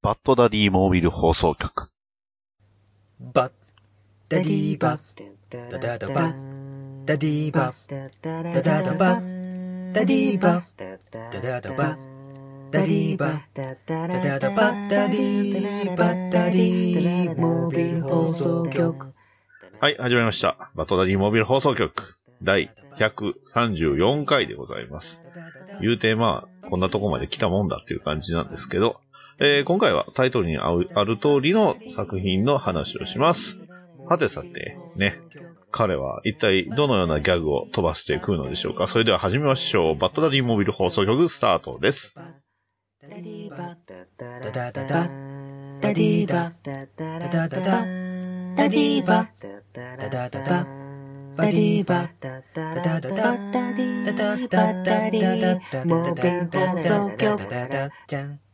バッドダディモービル放送局。 バッダディバッダダダバダディバッダダダバダディバッダダダバダディバッダダダバダディバッダディモービル放送局。 はい、始まりました。バッドダディモービル放送局第134回でございます。言うてこんなとこまで来たもんだっていう感じなんですけど、今回はタイトルにある通りの作品の話をします。はてさてね、彼は一体どのようなギャグを飛ばしてくるのでしょうか。それでは始めましょう。バッドダディモービル放送局スタートです。 ダディバダダダダダディバダダダダダディバダダダダバディバダダダダダダディバダダダダモービル放送局ダダじゃん。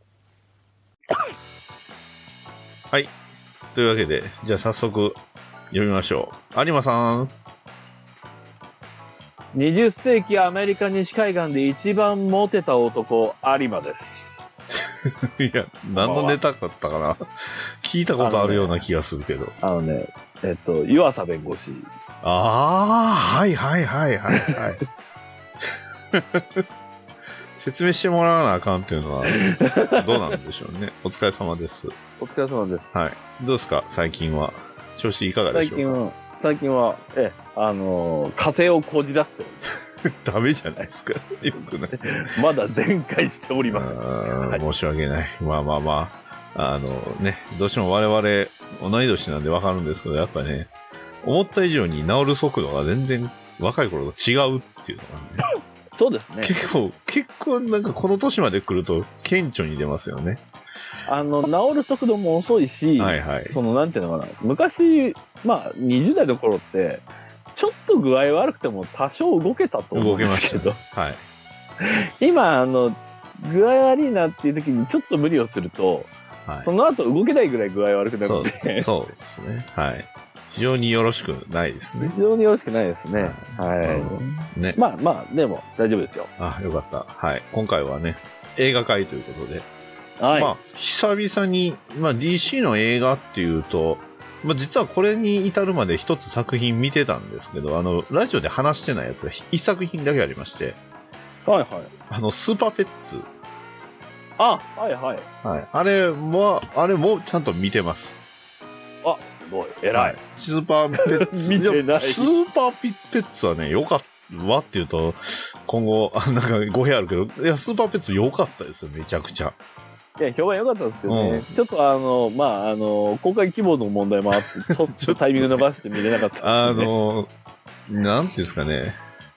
はい。というわけで、じゃあ早速読みましょう。有馬さん。 20世紀アメリカ西海岸で一番モテた男、有馬です。 いや、何のネタだったかな。聞いたことあるような気がするけど。 湯浅弁護士。 はいはいはいはい。説明してもらわなあかんっていうのは、どうなんでしょうね。お疲れ様です。 お疲れ様です。 はい。どうですか最近は。調子いかがでしょうか。 最近は、火星をこじらせてダメじゃないですか。よくない。 まだ全開しております。 はい、申し訳ない。どうしても我々同い年なんでわかるんですけど、やっぱね、思った以上に治る速度が全然若い頃と違うっていうのがね。 そうですね。 結構なんかこの年まで来ると顕著に出ますよね。 治る速度も遅いし、 はいはい。 なんていうのかな。昔、20代の頃って、ちょっと具合悪くても多少動けたと思うんですけど。 動けました、ね。はい。 今、具合悪いなっていう時にちょっと無理をすると、はい、その後動けないぐらい具合悪くなるので。 そうですね。はい。非常によろしくないですね。 非常によろしくないですね。はい。ね。でも大丈夫ですよ。 あ、よかった。はい。今回はね、映画会ということで。 はい。 久々に、DC の映画っていうと、実はこれに至るまで一つ作品見てたんですけど、ラジオで話してないやつが一作品だけありまして。 はいはい。 スーパーペッツ。 はいはい。 はい。あれもちゃんと見てます。 あ、すごい。偉い。はい、 スーパーペッツ。 見てない。 スーパーペッツはね、よかったわっていうと、今後、語弊あるけど、いや、スーパーペッツ良かったですよ、めちゃくちゃ。 いや、評判良かったんですけどね。ちょっと公開規模の問題もあって、ちょっとタイミング伸ばして見れなかったんですね。 なんていうんですかね。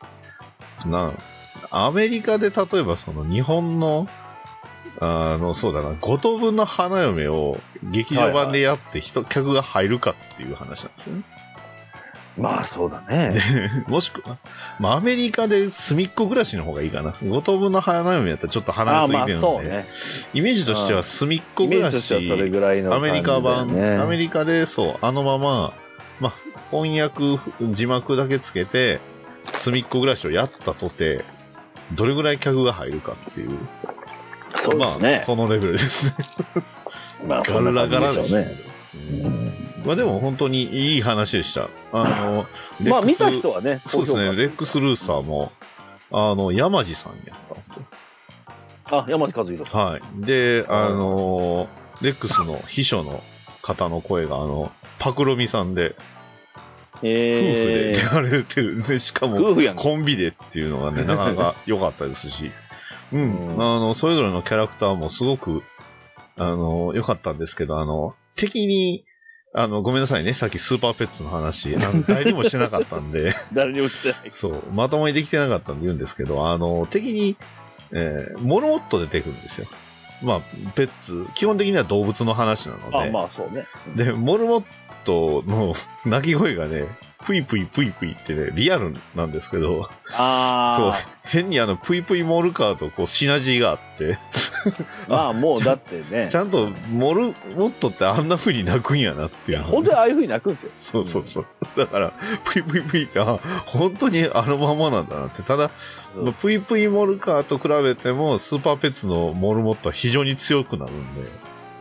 アメリカで例えば日本の、そうだな、5等分の花嫁を劇場版でやって客が入るかっていう話なんですよね。 そうだね。 もしくは、アメリカで隅っこ暮らしの方がいいかな。5等分の花嫁やったらちょっと離れすぎてるので、ね、イメージとしては隅っこ暮らし、アメリカ版、アメリカでまま、翻訳、字幕だけつけて、隅っこ暮らしをやったとて、どれぐらい客が入るかっていう。 そうですね。 そのレベルですね。ガラガラですね。でも本当にいい話でした。 見た人はね、 そうですね、レックス・ルーサーも、山地さんやったんですよ。 山地和弘さん。 はい。で、レックスの秘書の方の声が、パクロミさんで、夫婦でやられてるんで、しかも、コンビでっていうのがね、なかなか良かったですし、それぞれのキャラクターもすごく、良かったんですけど、敵に、ごめんなさいね、さっきスーパーペッツの話、誰にもしてなかったんで、 誰にもしてない。 そう、まともにできてなかったんで言うんですけど、敵に、モルモット出てくるんですよ。ペッツ、基本的には動物の話なので、 そうね。 で、モルモットの鳴き声がね、ぷいぷいぷいぷいってね、リアルなんですけど、そう、変にぷいぷいモルカーとシナジーがあって、 もうだってね。 ちゃんとモットってあんな風に鳴くんやなっていう、ね。 本当にああいう風に鳴くんですよ。そう。だから、ぷいぷいぷいって、本当にあのままなんだなって。ただ、ぷいぷいモルカーと比べても、スーパーペッツのモルモットは非常に強くなるんで。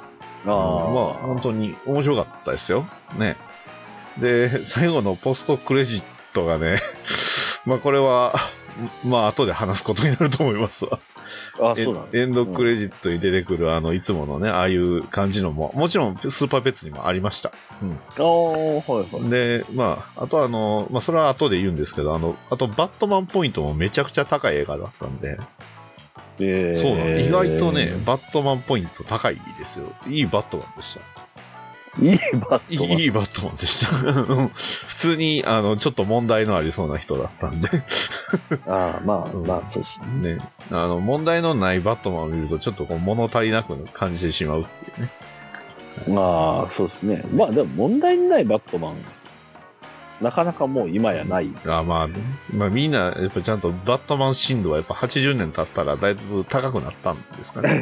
まあ、本当に面白かったですよ。ね。で、最後のポストクレジットがね、まあこれは、まあ後で話すことになると思いますわ。 そうなんエンドクレジットに出てくるいつものね、ああいう感じのも、もちろんスーパーペッツにもありました。うん。 はいはい。 で、まあ、あとまあそれは後で言うんですけど、あとバットマンポイントもめちゃくちゃ高い映画だったんで、そうなの。意外とね、バットマンポイント高いですよ。いいバットマンでした。 いいバットマン。 いいバットマンでした。普通に、ちょっと問題のありそうな人だったんで。 まあ、そうですね。問題のないバットマンを見ると、ちょっとこう物足りなく感じてしまうっていうね。 まあ、そうですね。まあ、でも問題のないバットマン、なかなかもう今やない。 まあみんな、やっぱちゃんとバットマン深度はやっぱ80年経ったらだいぶ高くなったんですかね。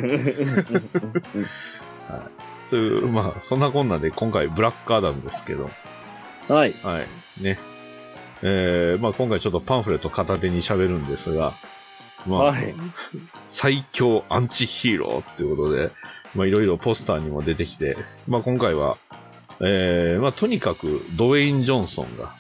はい。という、まあ、そんなこんなで今回ブラックアダムですけど。 はい。 はい。ね。まあ今回ちょっとパンフレット片手に喋るんですが、まあ、はい、最強アンチヒーローっていうことで、まあいろいろポスターにも出てきて、まあ今回は、まあとにかくドウェイン・ジョンソンが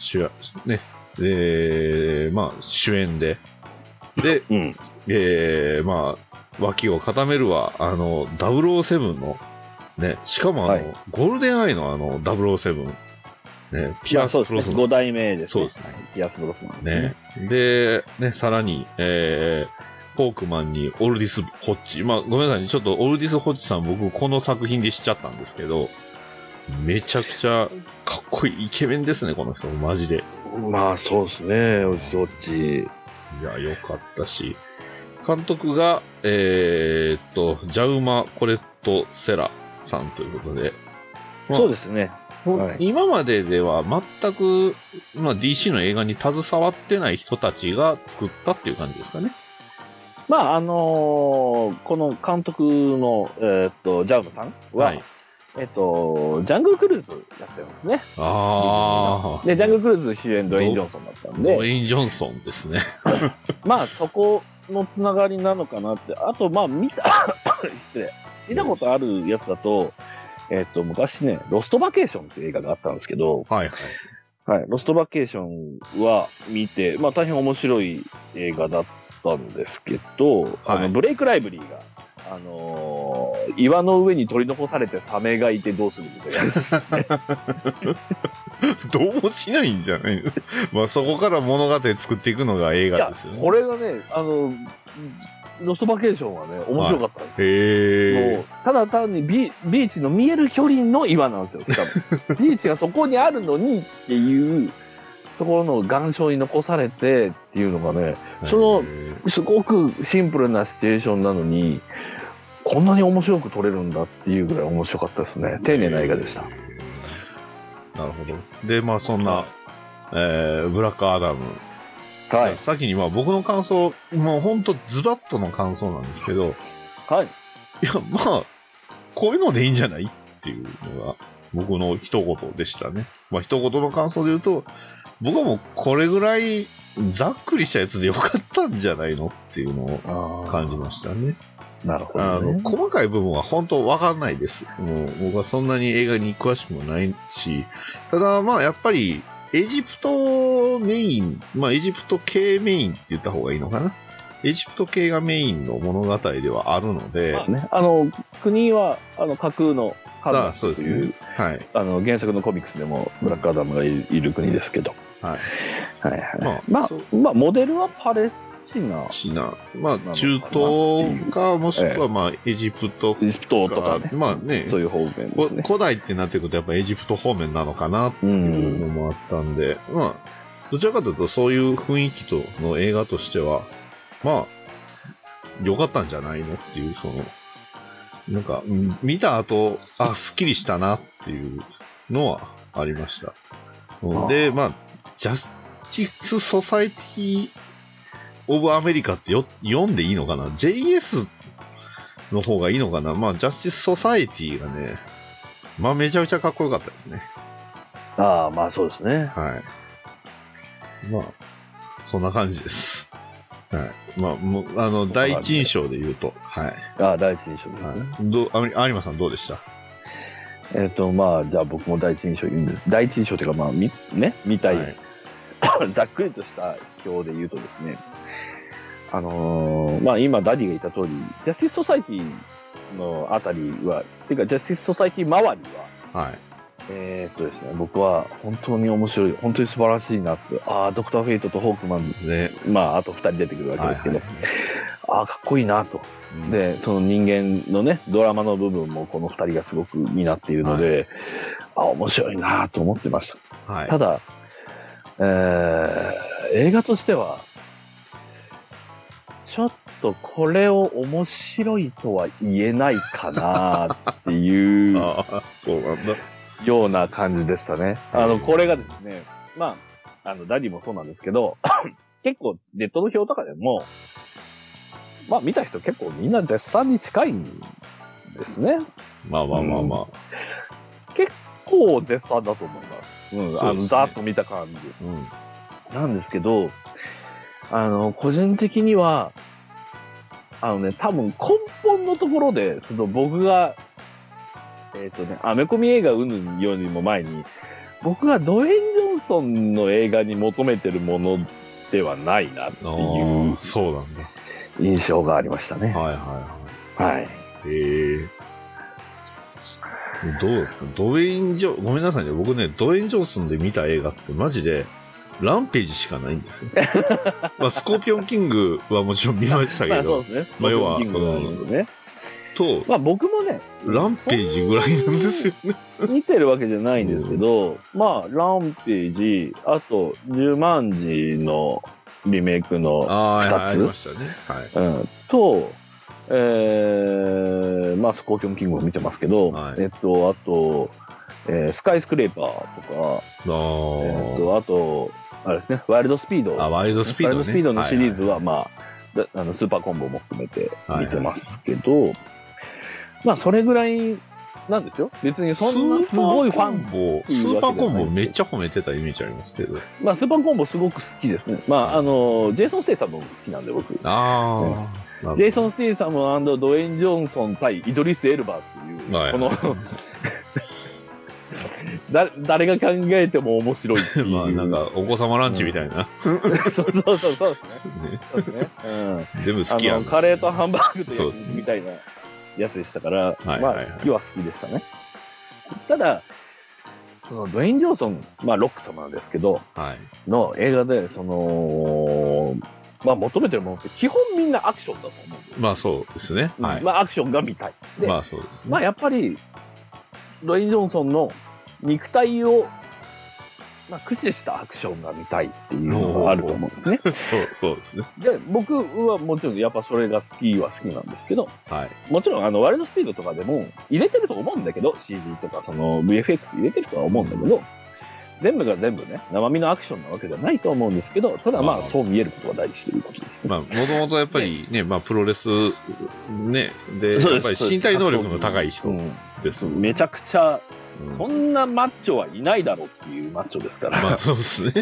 まあ主演で、 うん、 まあ脇を固めるは、007の、ね、しかもはい、 ゴールデンアイの007、ね、ピアス・ブロスマン。 5代目ですね。 そうですね。 ピアス・ブロスマンね。で、ね、さらに、フォークマンにオルディス・ホッチ。まあ、ごめんなさいね。ちょっとオルディス・ホッチさん僕この作品で知っちゃったんですけど、めちゃくちゃかっこいいイケメンですね、この人。マジで。 まあ、そうですね、オルディス・ホッチ。 いや、よかったし。監督が、ジャウマ・コレット・セラさんということで。 まあ、そうですね。 はい、今まででは全く、まあ、DC の映画に携わってない人たちが作ったっていう感じですかね。 まあ、この監督の、ジャウムさんは、はい、ジャングルクルーズやってるんですね。で、ジャングルクルーズ主演ドウェイン・ジョンソンだったんで。 ドウェイン・ジョンソンですね。 まあ、そこのつながりなのかなって。あと、まあ、見たことあるやつだと、昔ね、ロストバケーションっていう映画があったんですけど、 はいはい。はい。ロストバケーションは見て、まあ大変面白い映画だったんですけど、はい、ブレイク・ライブリーが、岩の上に取り残されてサメがいてどうするみたいなですね。 どうもしないんじゃないですか。まあそこから物語作っていくのが映画ですよね。 これがね、ロストバケーションはね、面白かったんですよ。 へー。 ただ単にビーチの見える距離の岩なんですよ、しかも。ビーチがそこにあるのにっていうところの岩礁に残されてっていうのがね、すごくシンプルなシチュエーションなのに、こんなに面白く撮れるんだっていうぐらい面白かったですね。丁寧な映画でした。 なるほど。で、まあそんな、ブラックアダム。はい。先にまあ僕の感想、もうほんとズバッとの感想なんですけど、 はい。 いや、まあ、こういうのでいいんじゃないっていうのが僕の一言でしたね。まあ一言の感想で言うと、僕はもうこれぐらいざっくりしたやつでよかったんじゃないのっていうのを感じましたね。 なるほど、ね。 細かい部分は本当わかんないです。もう僕はそんなに映画に詳しくもないし、ただまあやっぱりエジプトメイン、まあエジプト系メインって言った方がいいのかな。エジプト系がメインの物語ではあるので、 まあね、国は架空のカナダという、 そうですね、はい、 原作のコミックスでもブラックアダムがいる国ですけど、 はい、 はいはい。まあモデルはパレスチナ、 まあ中東かもしくはまあエジプトか、 とかね、 まあね、 そういう方面ですね。 古代ってなってくるとやっぱエジプト方面なのかなっていうのもあったんで、まあどちらかというとそういう雰囲気とその映画としてはまあ良かったんじゃないのっていうなんか見た後すっきりしたなっていうのはありました。でまあジャスティスソサイティオブアメリカって読んでいいのかな ?JS の方がいいのかな。まあ、ジャスティスソサエティがね、まあ、めちゃくちゃかっこよかったですね。 まあ、そうですね。 はい。まあ、そんな感じです。はい。まあ、第一印象で言うと、はい。 第一印象ですね。 有馬さんどうでした？ まあ、じゃあ僕も第一印象言うんです。第一印象というか、まあ、見たい、はい、ざっくりとした表で言うとですね、まあ今ダディが言った通り、ジャスティスソサイティのあたりは、ていうかジャスティスソサイティ周りは、はい。ですね、僕は本当に面白い、本当に素晴らしいなって、ドクター・フェイトとホークマン、ね、まああと2人出てくるわけですけど、かっこいいなと。で、その人間のね、ドラマの部分もこの2人がすごく担っているので、面白いなと思ってました。はい、ただ、映画としては、ちょっとこれを面白いとは言えないかなっていうそうなんだような感じでしたね。これがですね、まあ、ダディもそうなんですけど、結構ネットの表とかでも、まあ見た人結構みんな絶賛に近いんですね。 まあ。 結構絶賛だと思います。ね、ざーっと見た感じ。なんですけど、個人的には、多分根本のところで、僕が、アメコミ映画うぬよりも前に、僕がドウェイン・ジョンソンの映画に求めてるものではないなっていう、 そうなんだ。 印象がありましたね。はい。 どうですかごめんなさいね。僕ね、ドウェイン・ジョンソンで見た映画ってマジで、ランページしかないんですよ。まあ、スコーピオンキングはもちろん見ましたけど、要は、 まあ僕もね、 ランページぐらいなんですよね。 見てるわけじゃないんですけど、まあ、ランページ、あと、10万字のリメイクの2つ。 ありましたね。はい。 と、まあ、スコーピオンキングも見てますけど、あと、スカイスクレーパーとか、あと、あれですね、ワイルドスピード。 ワイルドスピード、ね。 ワイルドスピードのシリーズは、まあ、スーパーコンボも含めて見てますけど、まあ、それぐらいなんですよ。別にそんなすごいファン。 スーパーコンボめっちゃ褒めてたイメージありますけど。 まあ、スーパーコンボすごく好きですね。まあ、ジェイソン・ステイサムも好きなんで、僕。ジェイソン・ステイサム&ドウェイン・ジョンソン対イドリス・エルバーっていう、この、誰が考えても面白いっていう。 まあ、なんか、お子様ランチみたいな。 そうですね。 全部好きやん。 カレーとハンバーグと焼き肉みたいなやつでしたから、まあ、好きは好きでしたね。ただ、そのドウェイン・ジョンソン、まあ、ロック様なんですけど、の映画で、まあ、求めてるものって基本みんなアクションだと思うんですよ。 まあ、そうですね。 まあ、アクションが見たい。 まあ、そうですね。 まあ、やっぱり、ドウェイン・ジョンソンの肉体を、まあ、駆使したアクションが見たいっていうのがあると思うんですね。 そうですね。 で、僕はもちろんやっぱそれが好きは好きなんですけど、もちろんワイルドスピードとかでも入れてると思うんだけど、CG とかVFX 入れてるとは思うんだけど、全部が全部ね、生身のアクションなわけじゃないと思うんですけど、ただまあそう見えることが大事ということですね。 まあ、もともとやっぱりね、まあプロレスね、で、やっぱり身体能力の高い人です。 めちゃくちゃ、そんなマッチョはいないだろうっていうマッチョですから。 まあそうですね。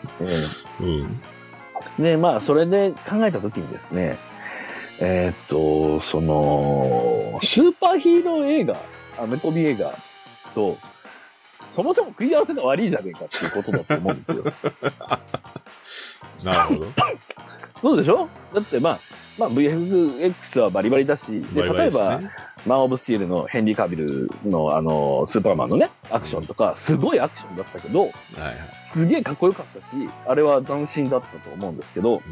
で、まあそれで考えたときにですね、スーパーヒーロー映画、アメコミ映画と、そもそも食い合わせが悪いじゃねえかっていうことだと思うんですよ。 なるほど。 そうでしょ？だってまあ VFX はバリバリだし、で例えば、マン・オブ・スティールのヘンリー・カビルのスーパーマンのね、アクションとか、すごいアクションだったけど、すげえかっこよかったし、あれは斬新だったと思うんですけど、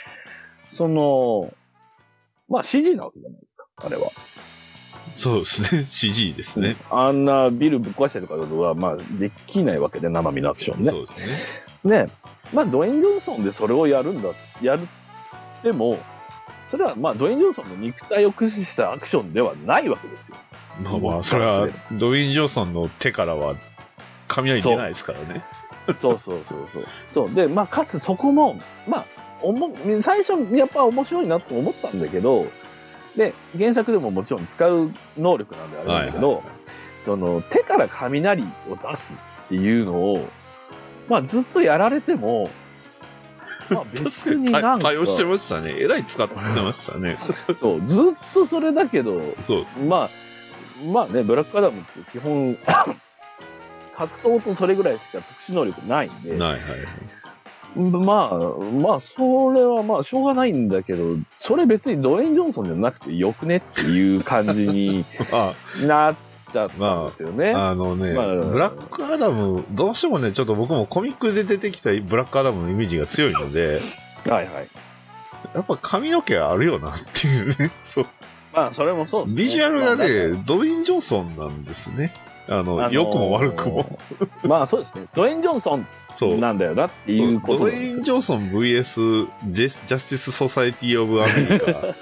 まあ CG なわけじゃないですか、あれは。 そうですね。CG ですね。 あんなビルぶっ壊したりとかは、まあ、できないわけで、生身のアクションね。 そうですね。 ね。まあ、ドウェイン・ジョンソンでそれをやるでも、それは、まあ、ドウェイン・ジョンソンの肉体を駆使したアクションではないわけですよ。 まあ、それは、ドウェイン・ジョンソンの手からは、雷出ないですからね。そう。で、まあ、かつそこも、まあ、最初、やっぱ面白いなと思ったんだけど、で、原作でももちろん使う能力なんであるんだけど、手から雷を出すっていうのを、まあずっとやられても、まあ別になんか。 対応してましたね。えらい使ってましたね。 そう、ずっとそれだけど、 そうです。 まあ、 まあね、ブラックアダムって基本、格闘とそれぐらいしか特殊能力ないんで、 はいはい。 まあ、それはまあ、しょうがないんだけど、それ別にドウェイン・ジョンソンじゃなくてよくねっていう感じになっちゃったんですよね。 ブラックアダム、どうしてもね、ちょっと僕もコミックで出てきたブラックアダムのイメージが強いので、 はいはい。 やっぱ髪の毛あるよなっていうね。そう。 まあ、それもそうですね。 ビジュアルがね、ドウェイン・ジョンソンなんですね。良くも悪くも。 まあそうですね。ドウェイン・ジョンソンなんだよなっていうこと。 ドウェイン・ジョンソン VS ジャスティス・ソサイティ・オブ・アメリカ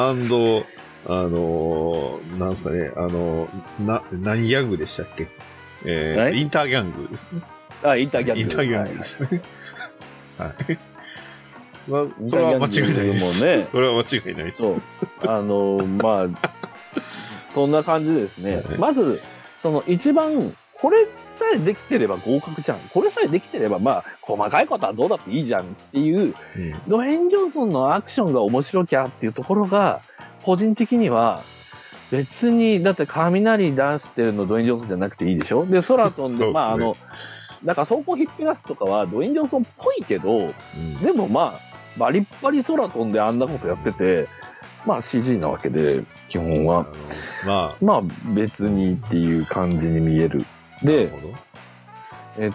なんすかね、何ギャングでしたっけインターギャングですね。 あ、インターギャング。 インターギャングですね。はい。まあ、それは間違いないです。ね、それは間違いないです。 そう。まあ、そんな感じですね。まず、一番、これさえできてれば合格じゃん。これさえできてれば、まあ、細かいことはどうだっていいじゃんっていう、ドウェイン・ジョンソンのアクションが面白きゃっていうところが、個人的には、別に、だって雷出してるのドウェイン・ジョンソンじゃなくていいでしょで、空飛んで、まあ、なんか走行ひっぺがすとかはドウェイン・ジョンソンっぽいけど、でもまあ、バリッバリ空飛んであんなことやってて、まあ CG なわけで、基本は。まあ別にっていう感じに見える。で、あ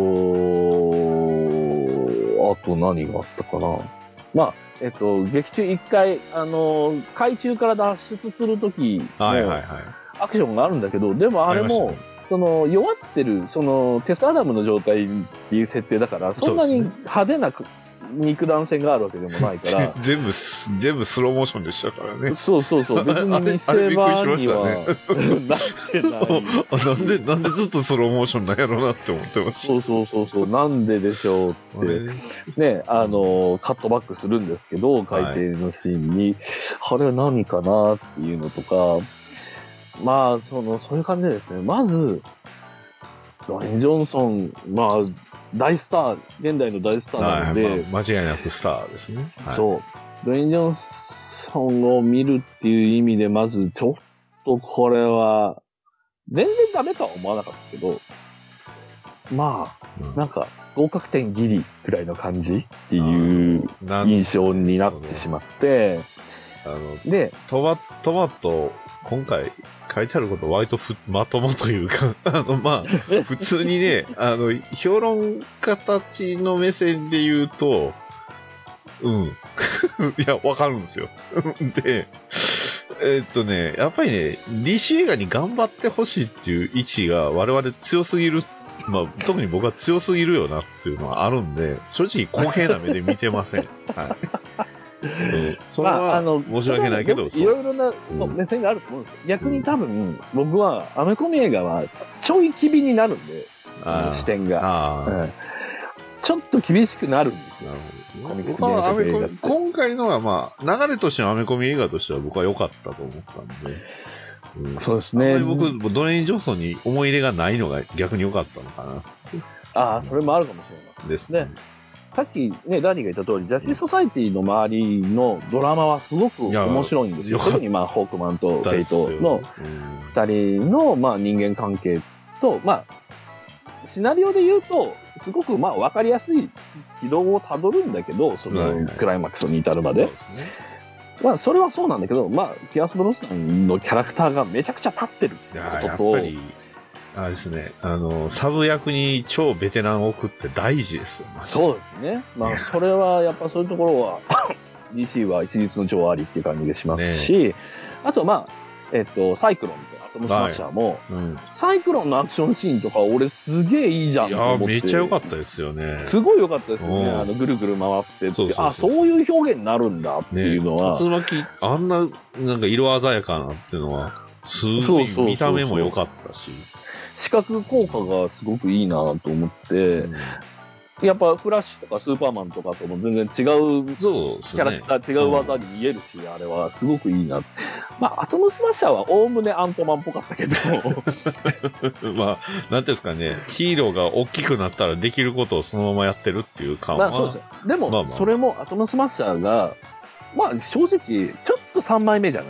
と何があったかな。まあ、劇中一回、海中から脱出するときのアクションがあるんだけど、でもあれも、弱ってる、テスアダムの状態っていう設定だから、そんなに派手な肉弾戦があるわけでもないから。 全部スローモーションでしたからね。 そう。別に見せ場にはなってない。 なんでずっとスローモーションなんやろうなって思ってました。 そう。なんででしょうって。ね、カットバックするんですけど、海底のシーンに、あれは何かなっていうのとか、まあ、そういう感じでですね。まず、ドウェイン・ジョンソン、まあ、大スター、現代の大スターなので、 間違いなくスターですね。 そう。ドウェイン・ジョンソンを見るっていう意味で、まずちょっとこれは、全然ダメとは思わなかったけど、まあ、なんか、合格点ギリくらいの感じっていう印象になってしまって、 で、トマト、今回書いてあること割とまともというか、まあ、普通にね、評論家たちの目線で言うと、いや、わかるんですよ。で、やっぱりね、DC 映画に頑張ってほしいっていう位置が我々強すぎる、まあ、特に僕は強すぎるよなっていうのはあるんで、正直公平な目で見てません。はい。それは申し訳ないけど、 いろいろな目線があると思うんですよ。逆に多分、僕はアメコミ映画はちょい厳になるんで、視点が。ちょっと厳しくなるんですよ。 僕は今回のはまあ、流れとしてのアメコミ映画としては僕は良かったと思ったんで。 そうですね。 僕、ドウェイン・ジョンソンに思い入れがないのが逆に良かったのかな。それもあるかもしれないですね。 さっきね、ダニーが言った通り、ジャスティス・ソサイティの周りのドラマはすごく面白いんですよ。特にまあ、ホークマンとフェイトの二人のまあ人間関係と、まあ、シナリオで言うと、すごくまあ分かりやすい軌道をたどるんだけど、そのクライマックスに至るまで。まあ、それはそうなんだけど、まあ、ピアス・ブロスナンのキャラクターがめちゃくちゃ立ってるってことと、 あれですね、サブ役に超ベテランを置くって大事ですよ。 そうですね。まあ、それは、やっぱそういうところは、DC は一律の超ありっていう感じがしますし、あと、まあ、サイクロンってアトムスマッシャーも、サイクロンのアクションシーンとか、俺すげえいいじゃんと思って。 いや、めっちゃ良かったですよね。 すごい良かったですよね。ぐるぐる回ってって、そういう表現になるんだっていうのは。 竜巻、あんな、なんか色鮮やかなっていうのは、すごい見た目も良かったし。 視覚効果がすごくいいなと思って、やっぱフラッシュとかスーパーマンとかとも全然違うキャラクター、違う技に見えるし、あれはすごくいいな。まあ、アトムスマッシャーはおおむねアントマンっぽかったけど。 まあ、なんていうんですかね、ヒーローが大きくなったらできることをそのままやってるっていう感は。 まあ、そうですよ。でも、それもアトムスマッシャーが、まあ、正直、ちょっと3枚目じゃないですか。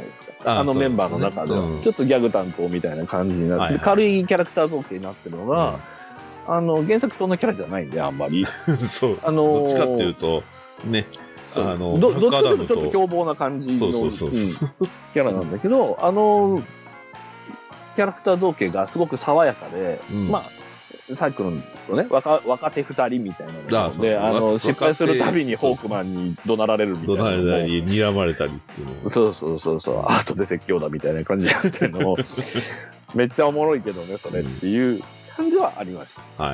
メンバーの中では、ちょっとギャグ担当みたいな感じになって、軽いキャラクター造形になってるのが、原作そんなキャラじゃないんで、あんまり。 そう。どっちかっていうと、ね、 どっちかというとちょっと凶暴な感じのキャラなんだけど、キャラクター造形がすごく爽やかで、まあ、サイクロンのね、若手二人みたいなので、失敗するたびにホークマンに怒鳴られるみたいな。 怒鳴られたり、睨まれたりっていうの。 そう、後で説教だみたいな感じになってるのも、めっちゃおもろいけどね、それっていう感じはありました。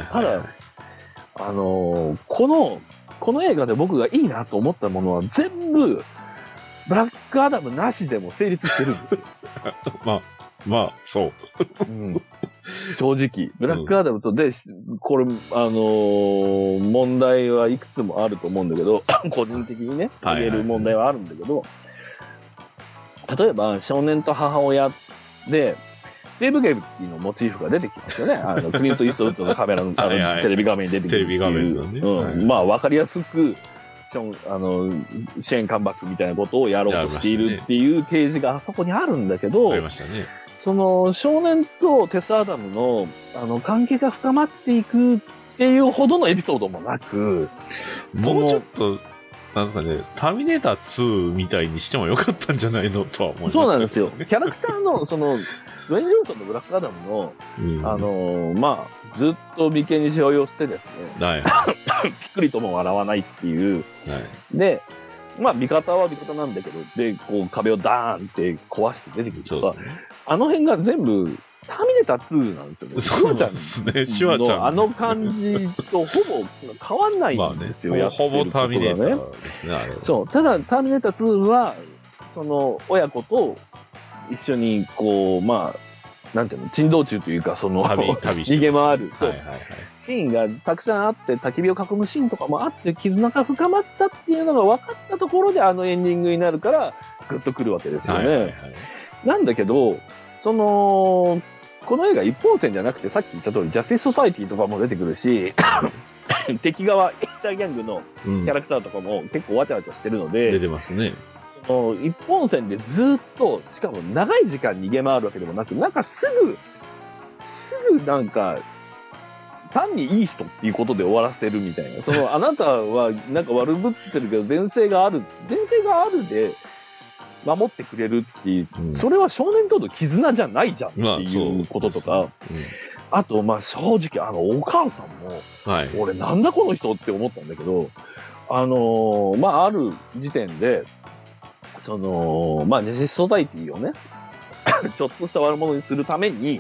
ただ、この映画で僕がいいなと思ったものは全部、ブラックアダムなしでも成立してるんですよ。 まあ、そう。 正直。ブラックアダムとで、これ、問題はいくつもあると思うんだけど、個人的にね、言える問題はあるんだけど、例えば、少年と母親で、デーブ・ゲイブっていうのモチーフが出てきますよね。クリント・イーストウッドのカメラのテレビ画面に出てくる。 テレビ画面のね。 まあ、わかりやすく、シェーン・カンバックみたいなことをやろうとしているっていう提示があそこにあるんだけど、 ありましたね。 その少年とテス・アダムの関係が深まっていくっていうほどのエピソードもなく、 もうちょっと、なんですかね、ターミネーター2みたいにしてもよかったんじゃないのとは思います。 そうなんですよ。キャラクターの、ドウェイン・ジョンソンのブラックアダムの、まあ、ずっと眉間にしわ寄せてですね、ぴっくりとも笑わないっていう、で、まあ、味方は味方なんだけど、で、こう、壁をダーンって壊して出てくるとか、あの辺が全部、ターミネーター2なんですよね。 そうですね。シュワちゃんの感じとほぼ変わんないんですよ。 ほぼターミネーターですね、あれは。 そう。ただ、ターミネーター2は、親子と一緒に、こう、まあ、なんていうの、珍道中というか、逃げ回る。シーンがたくさんあって、焚き火を囲むシーンとかもあって、絆が深まったっていうのが分かったところで、エンディングになるから、グッとくるわけですよね。なんだけど、この映画一本線じゃなくて、さっき言った通り、ジャスティス・ソサイティとかも出てくるし、敵側、エイターギャングのキャラクターとかも結構わちゃわちゃしてるので、 出てますね。 一本線でずっと、しかも長い時間逃げ回るわけでもなく、なんかすぐなんか、単にいい人っていうことで終わらせるみたいな。あなたはなんか悪ぶってるけど、前世があるで、守ってくれるっていう、それは少年との絆じゃないじゃんっていうこととか、あと、まあ正直、お母さんも、俺なんだこの人って思ったんだけど、まあある時点で、まあネジスソサイティをね、ちょっとした悪者にするために、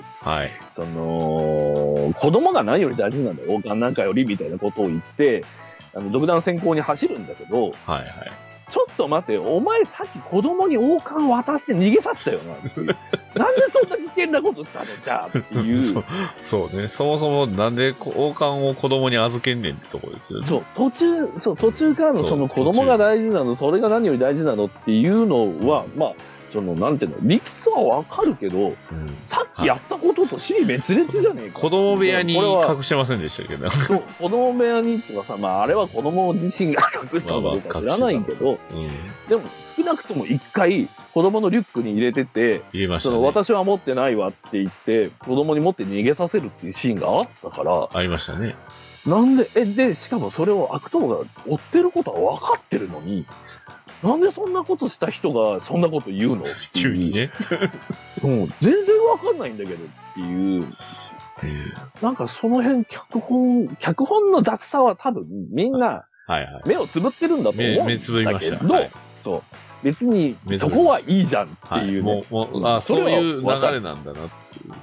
子供が何より大事なんだよ、王冠なんかよりみたいなことを言って、独断専行に走るんだけど、ちょっと待って、お前さっき子供に王冠渡して逃げさせたよなっていう。なんでそんな危険なことしたのじゃあっていう。 そうね。そもそもなんで王冠を子供に預けんねんってとこですよね。 途中からのその子供が大事なの、それが何より大事なのっていうのは、まあ、なんていうの、理屈はわかるけど、さっきやったことと死に滅裂じゃねえか。 子供部屋に隠してませんでしたけど。 そう、子供部屋にっていうかさ、まああれは子供自身が隠したのか知らないけど、でも少なくとも一回子供のリュックに入れてて、私は持ってないわって言って、子供に持って逃げさせるっていうシーンがあったから。 ありましたね。 なんで、で、しかもそれを悪党が追ってることは分かってるのに、なんでそんなことした人がそんなこと言うのっていう。 急にね。 全然わかんないんだけどっていう。なんかその辺脚本の雑さは多分みんな目をつぶってるんだと思うんだけど、 目つぶりました。 そう。別にそこはいいじゃんっていう、ね。 そういう流れなんだなっていう。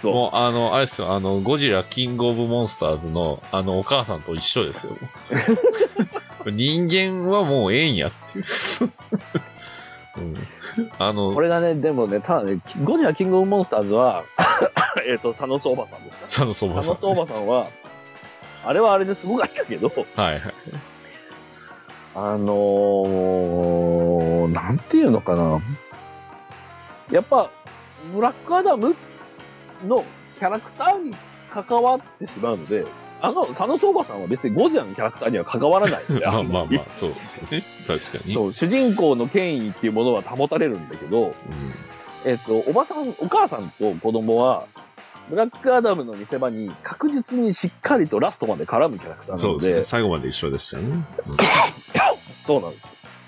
もうあれですよ、ゴジラキングオブモンスターズのお母さんと一緒ですよ。人間はもうええんやっていう。 これがね、でもね、ただね、ゴジラキングオブモンスターズは、サノスおばさんですか？ サノスおばさん。 サノスおばさんは、あれはあれですごかったけど、なんていうのかな。やっぱ、ブラックアダムのキャラクターに関わってしまうので、 佐野相馬さんは別にゴジラのキャラクターには関わらないのでまあ、そうですよね。確かに。 そう、主人公の権威っていうものは保たれるんだけど、お母さんと子供は、ブラックアダムの見せ場に確実にしっかりとラストまで絡むキャラクターなので。 そうですね。最後まで一緒でしたよね。 そうなんです。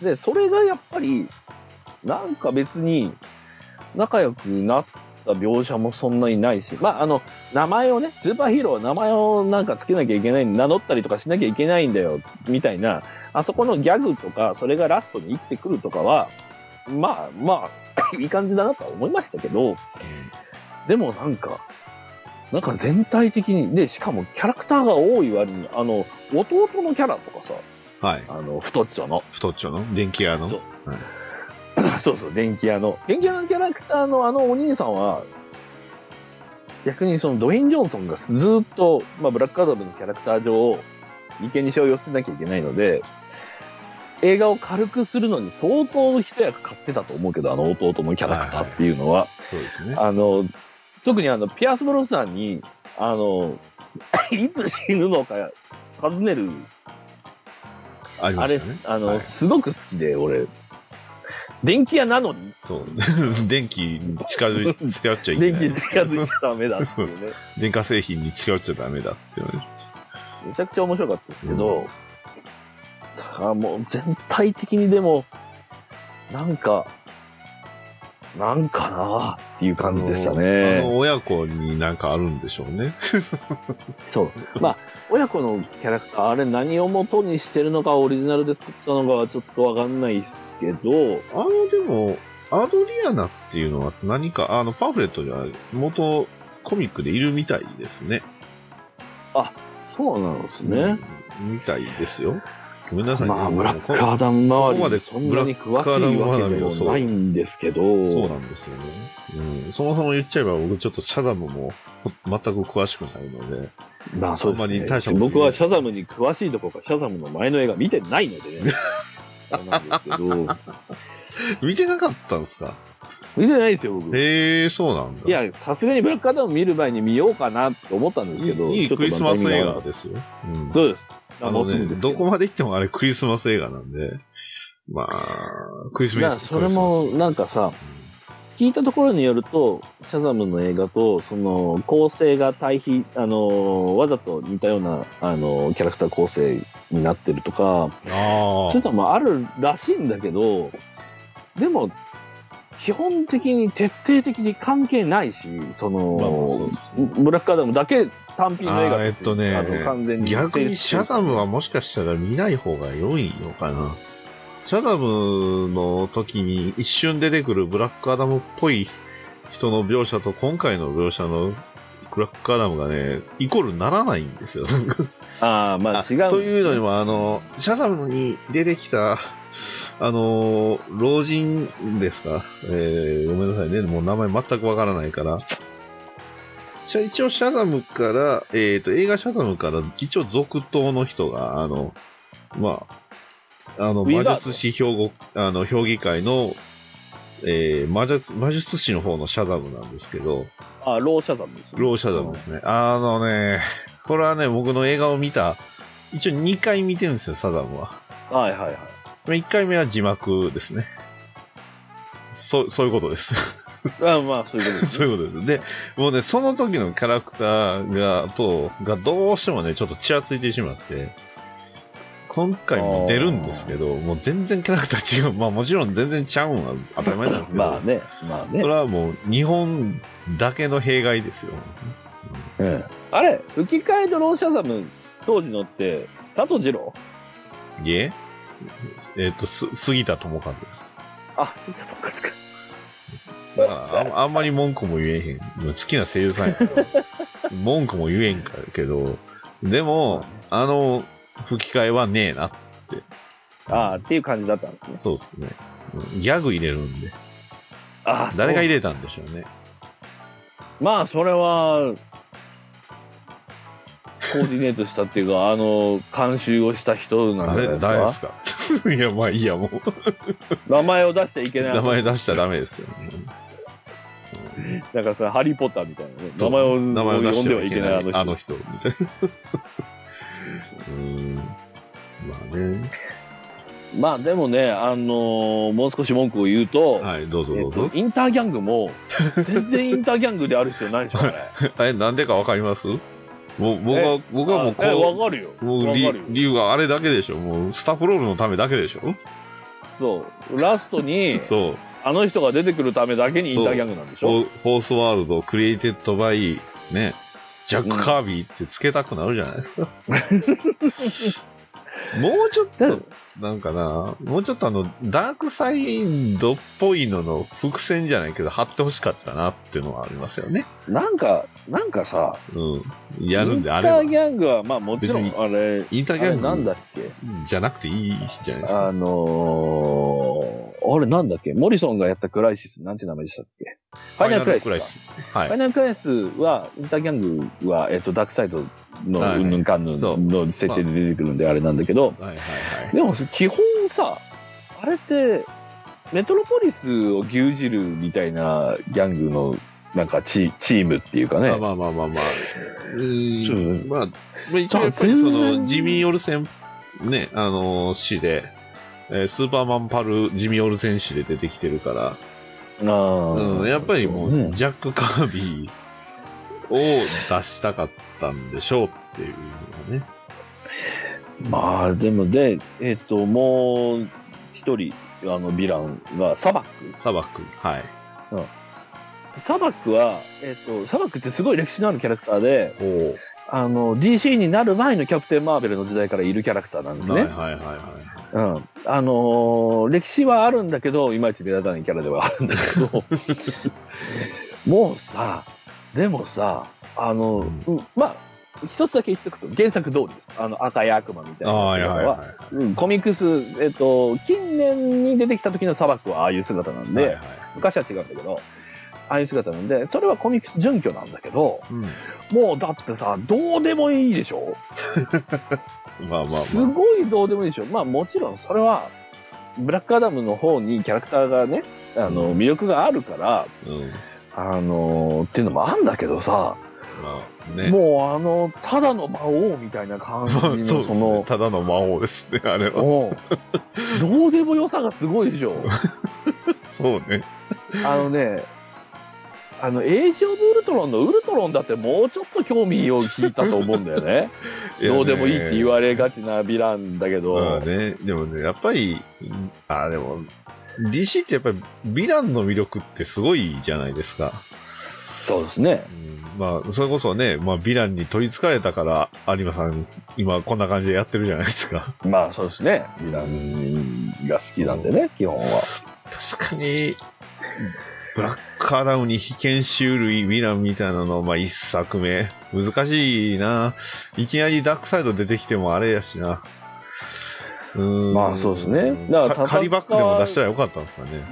で、それがやっぱり、なんか別に仲良くなった描写もそんなにないし、まあ、名前をね、スーパーヒーローは名前をなんかつけなきゃいけない、名乗ったりとかしなきゃいけないんだよ、みたいな、あそこのギャグとか、それがラストに生きてくるとかは、まあ、いい感じだなとは思いましたけど、でもなんか全体的に、で、しかもキャラクターが多い割に、弟のキャラとかさ、 はい。 太っちょの、 電気屋の。 そうそう、電気屋のキャラクターのお兄さんは、逆にそのドウェイン・ジョンソンがずっと、まあ、ブラックアダムのキャラクター上、眉間にしわを寄せなきゃいけないので、映画を軽くするのに相当一役買ってたと思うけど、弟のキャラクターっていうのは。 そうですね。 特にピアス・ブロスナーに、いつ死ぬのか尋ねる、 ありましたね。 すごく好きで、俺。電気屋なのにそう。電気に近寄っちゃいけない。 電気に近づいちゃダメだっていうね。 電化製品に近寄っちゃダメだっていうね。 めちゃくちゃ面白かったですけど、もう全体的にでも、なんかなっていう感じでしたね。 親子になんかあるんでしょうね。 そう。まあ、親子のキャラクター、あれ何を元にしてるのか、オリジナルで作ったのかはちょっとわかんないですけど。 でも、アドリアナっていうのは何か、パンフレットには元コミックでいるみたいですね。 あ、そうなんですね。 みたいですよ。ごめんなさいね。 まあ、ブラックアダム周りでそんなに詳しいわけでもないんですけど。 そうなんですよね。そもそも言っちゃえば僕ちょっとシャザムも全く詳しくないので。 まあそうですね。僕はシャザムに詳しいどころか、シャザムの前の映画見てないのでね。そうなんですけど。 見てなかったんですか？ 見てないですよ、僕。 そうなんだ。 いや、さすがにブラックアダム見る前に見ようかなって思ったんですけど。 いいクリスマス映画ですよ。 そうです。 どこまで行ってもあれクリスマス映画なんで、まあ、クリスマス。 それもなんかさ、聞いたところによると、シャザムの映画と、その、構成が対比、わざと似たような、キャラクター構成になってるとか、そういうのもあるらしいんだけど、でも、基本的に徹底的に関係ないし、その、ブラックアダムだけ単品の映画完全に。 逆にシャザムはもしかしたら見ない方が良いのかな。シャザムの時に一瞬出てくるブラックアダムっぽい人の描写と今回の描写のブラックアダムがね、イコールにならないんですよ。 まあ違う。 というのにも、シャザムに出てきた、老人ですか、ごめんなさいね。もう名前全くわからないから。一応シャザムから、映画シャザムから一応続投の人が、魔術師評議会の、魔術師の方のシャザムなんですけど。 ローシャザムですね。 ローシャザムですね。これはね、僕の映画を見た、一応2回見てるんですよ、シャザムは。 はいはいはい。 1回目は字幕ですね。そういうことです。 まあ、そういうことです、ね。 そういうことです。で、もうね、その時のキャラクターがどうしてもね、ちょっとちらついてしまって、今回も出るんですけど、もう全然キャラクター違う。まあもちろん全然ちゃうんは当たり前なんですけど。 まあね。 それはもう日本だけの弊害ですよ。 あれ、吹き替えのローシャザム、当時のって、佐藤二郎？ いえ、杉田智和です。 杉田智和か。 だからあんまり文句も言えへん。好きな声優さんやから文句も言えんけど、でも、吹き替えはねえなって。 っていう感じだったんですね。 そうですね。ギャグ入れるんで。誰が入れたんでしょうね。 まあ、それは、コーディネートしたっていうか、監修をした人なんじゃないですか。 誰ですかいや、まあいいや、もう。 名前を出しちゃいけない。 名前出しちゃダメですよ、ね。 なんかさ、ハリーポッターみたいなね。名前を呼んではいけないあの人。みたいな。まあね。 まあでもね、もう少し文句を言うと、 はい、どうぞどうぞ。 インターギャングも、全然インターギャングである必要ないでしょ、あれ。 なんでかわかります？もう僕はもうわかるよ。 もう理由があれだけでしょ。もうスタッフロールのためだけでしょ。 そう。ラストに、 そう。 あの人が出てくるためだけにインターギャングなんでしょ。 フォースワールドクリエイテッドバイ、ね、ジャック・カービーってつけたくなるじゃないですか。もうちょっと、なんかな、もうちょっとダークサイドっぽいのの伏線じゃないけど、貼ってほしかったなっていうのはありますよね。 なんかさ、 やるんであれば。 インターギャングは、まあもちろん、あれ、 インターギャングなんだっけじゃなくていいじゃないですか。 あれなんだっけモリソンがやったクライシス、なんて名前でしたっけファイナルクライシス。はい。ファイナルクライシスは、インターギャングは、ダークサイドのうんぬんかんぬんの設定で出てくるんであれなんだけど、でも基本さ、あれって、メトロポリスを牛耳るみたいなギャングのなんかチームっていうかね。 まあ。一応やっぱりその、ジミー・オルセン、ね、詩で、スーパーマンパル、ジミー・オルセン詩で出てきてるから、やっぱりもう、ジャック・カービーを出したかったんでしょうっていうのがね。 まあ、でももう一人、ヴィランが、サバック。 はい。 サバックは、サバックってすごい歴史のあるキャラクターで、DC になる前のキャプテン・マーベルの時代からいるキャラクターなんですね。歴史はあるんだけど、いまいち目立たないキャラではあるんだけど、もうさ、でもさ、まあ、一つだけ言っておくと、原作通りです。赤い悪魔みたいな姿は、コミックス、近年に出てきた時のサバックはああいう姿なんで、昔は違うんだけど、ああいう姿なんで、それはコミックス準拠なんだけど、もうだってさ、どうでもいいでしょすごいどうでもいいでしょ。まあもちろんそれは、ブラックアダムの方にキャラクターがね、魅力があるから、っていうのもあるんだけどさ、もうただの魔王みたいな感じの、 そうですね、ただの魔王ですね、あれは。 どうでも良さがすごいでしょ。 そうね。 エイジ・オブ・ウルトロンのウルトロンだってもうちょっと興味を引いたと思うんだよね。どうでもいいって言われがちなヴィランだけど。 でもね、やっぱり、でも、DC ってやっぱりヴィランの魅力ってすごいじゃないですか。 そうですね。 まあ、それこそね、まあ、ヴィランに取り憑かれたから、有馬さん、今こんな感じでやってるじゃないですか。 まあ、そうですね。ヴィランが好きなんでね、基本は。 確かに、ブラックアダムに被験しうるヴィランみたいなの、まあ、一作目。難しいな。いきなりダークサイド出てきてもあれやしな。 まあ、そうですね。 だからカリバックでも出したらよかったんですかね。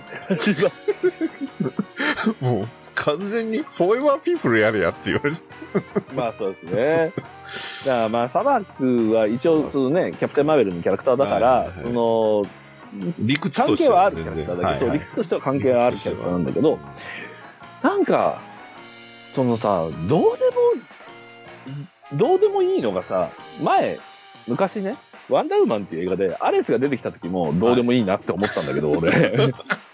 もう、完全にフォーエバーピープルやれやって言われて。 まあ、そうですね。だからまあ、サバックは一応、そのね、キャプテンマーベルのキャラクターだから、 理屈としては関係はあるキャラクターだけど、理屈としては関係はあるキャラクターなんだけど、なんか、そのさ、どうでもいいのがさ、昔ね、ワンダーウーマンっていう映画で、アレスが出てきた時もどうでもいいなって思ったんだけど、俺。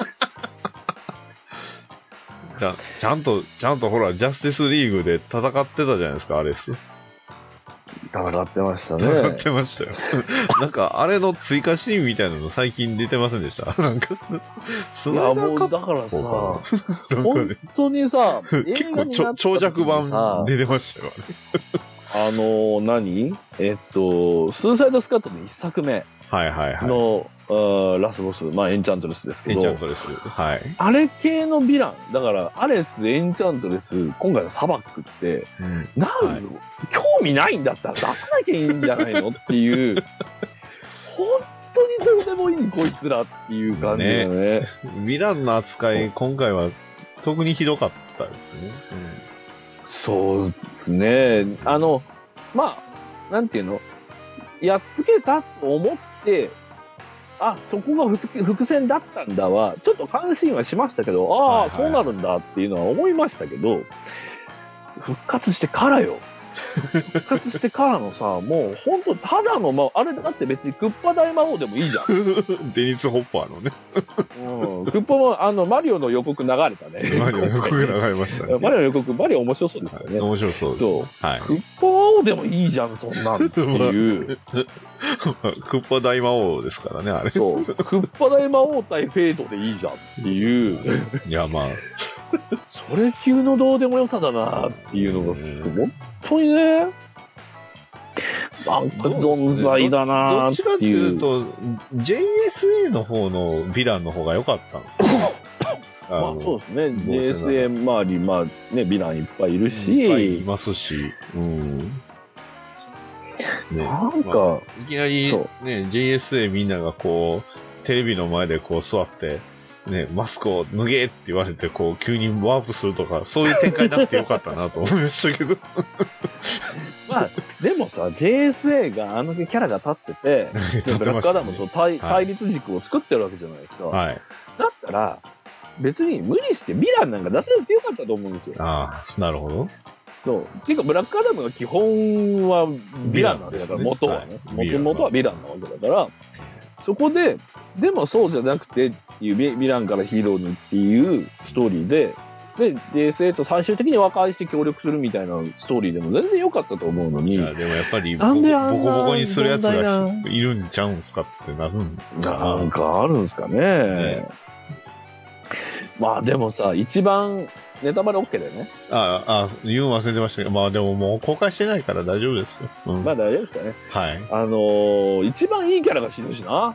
ちゃんとほら、ジャスティスリーグで戦ってたじゃないですか、アレス。 戦ってましたね。 戦ってましたよ。なんか、あれの追加シーンみたいなの最近出てませんでしたなんか、 いや、もうだからさ、本当にさ、 結構長尺版出てましたよ、 あれ。スーサイドスカットの一作目の、ラスボス、まあエンチャントレスですけど、 エンチャントレス。はい。 あれ系のヴィラン、だからアレス、エンチャントレス、今回のサバックって、興味ないんだったら出さなきゃいいんじゃないのっていう、本当にどうでもいいこいつらっていう感じだよね。 ヴィランの扱い、今回は特にひどかったですね。 そうですね。まあ、なんていうの、やっつけたと思って、 そこが伏線だったんだは、ちょっと関心はしましたけど、そうなるんだっていうのは思いましたけど、復活してからよ。復活してからのさ、もう本当ただの、あれだって別にクッパ大魔王でもいいじゃん。 デニス・ホッパーのね。 クッパも、マリオの予告流れたね。 マリオの予告流れましたね。 マリオの予告、マリオ面白そうですよね。 面白そうです。 そう。はい。クッパ魔王でもいいじゃん、そんなんっていう。 クッパ大魔王ですからね、あれ。 そう。クッパ大魔王対フェイトでいいじゃんっていう。 いや、 それ級のどうでもよさだなっていうのが、本当にね、なんか存在だなーっていう。どっちかっていうと、JSA の方のヴィランの方が良かったんですよ。 そうですね。JSA 周り、ヴィランいっぱいいるし。 いっぱいいますし。 なんか、 いきなり、ね、JSA みんながこう、テレビの前でこう座って、ね、マスクを脱げって言われて、こう、急にワープするとか、そういう展開なくてよかったなと思いましたけど。 でもさ、JSA があのキャラが立ってて、ブラックアダムと対立軸を作ってるわけじゃないですか。 はい。 だったら、別に無理してヴィランなんか出せなくてよかったと思うんですよ。 なるほど。 そう。っていうか、ブラックアダムが基本はヴィランなわけだから、元はね。元はヴィランなわけだから、そこで、でもそうじゃなくてっていうヴィランからヒーローにっていうストーリーで、JSA と最終的に和解して協力するみたいなストーリーでも全然良かったと思うのに。いや、でもやっぱりボコボコにするやつがいるんちゃうんすかってなるんかな。 なんかあるんすかね。でもさ、一番、ネタバレ OK だよね。 言うの忘れてましたけど、でももう公開してないから大丈夫ですよ。 大丈夫ですかね。 はい。 一番いいキャラが死ぬしな。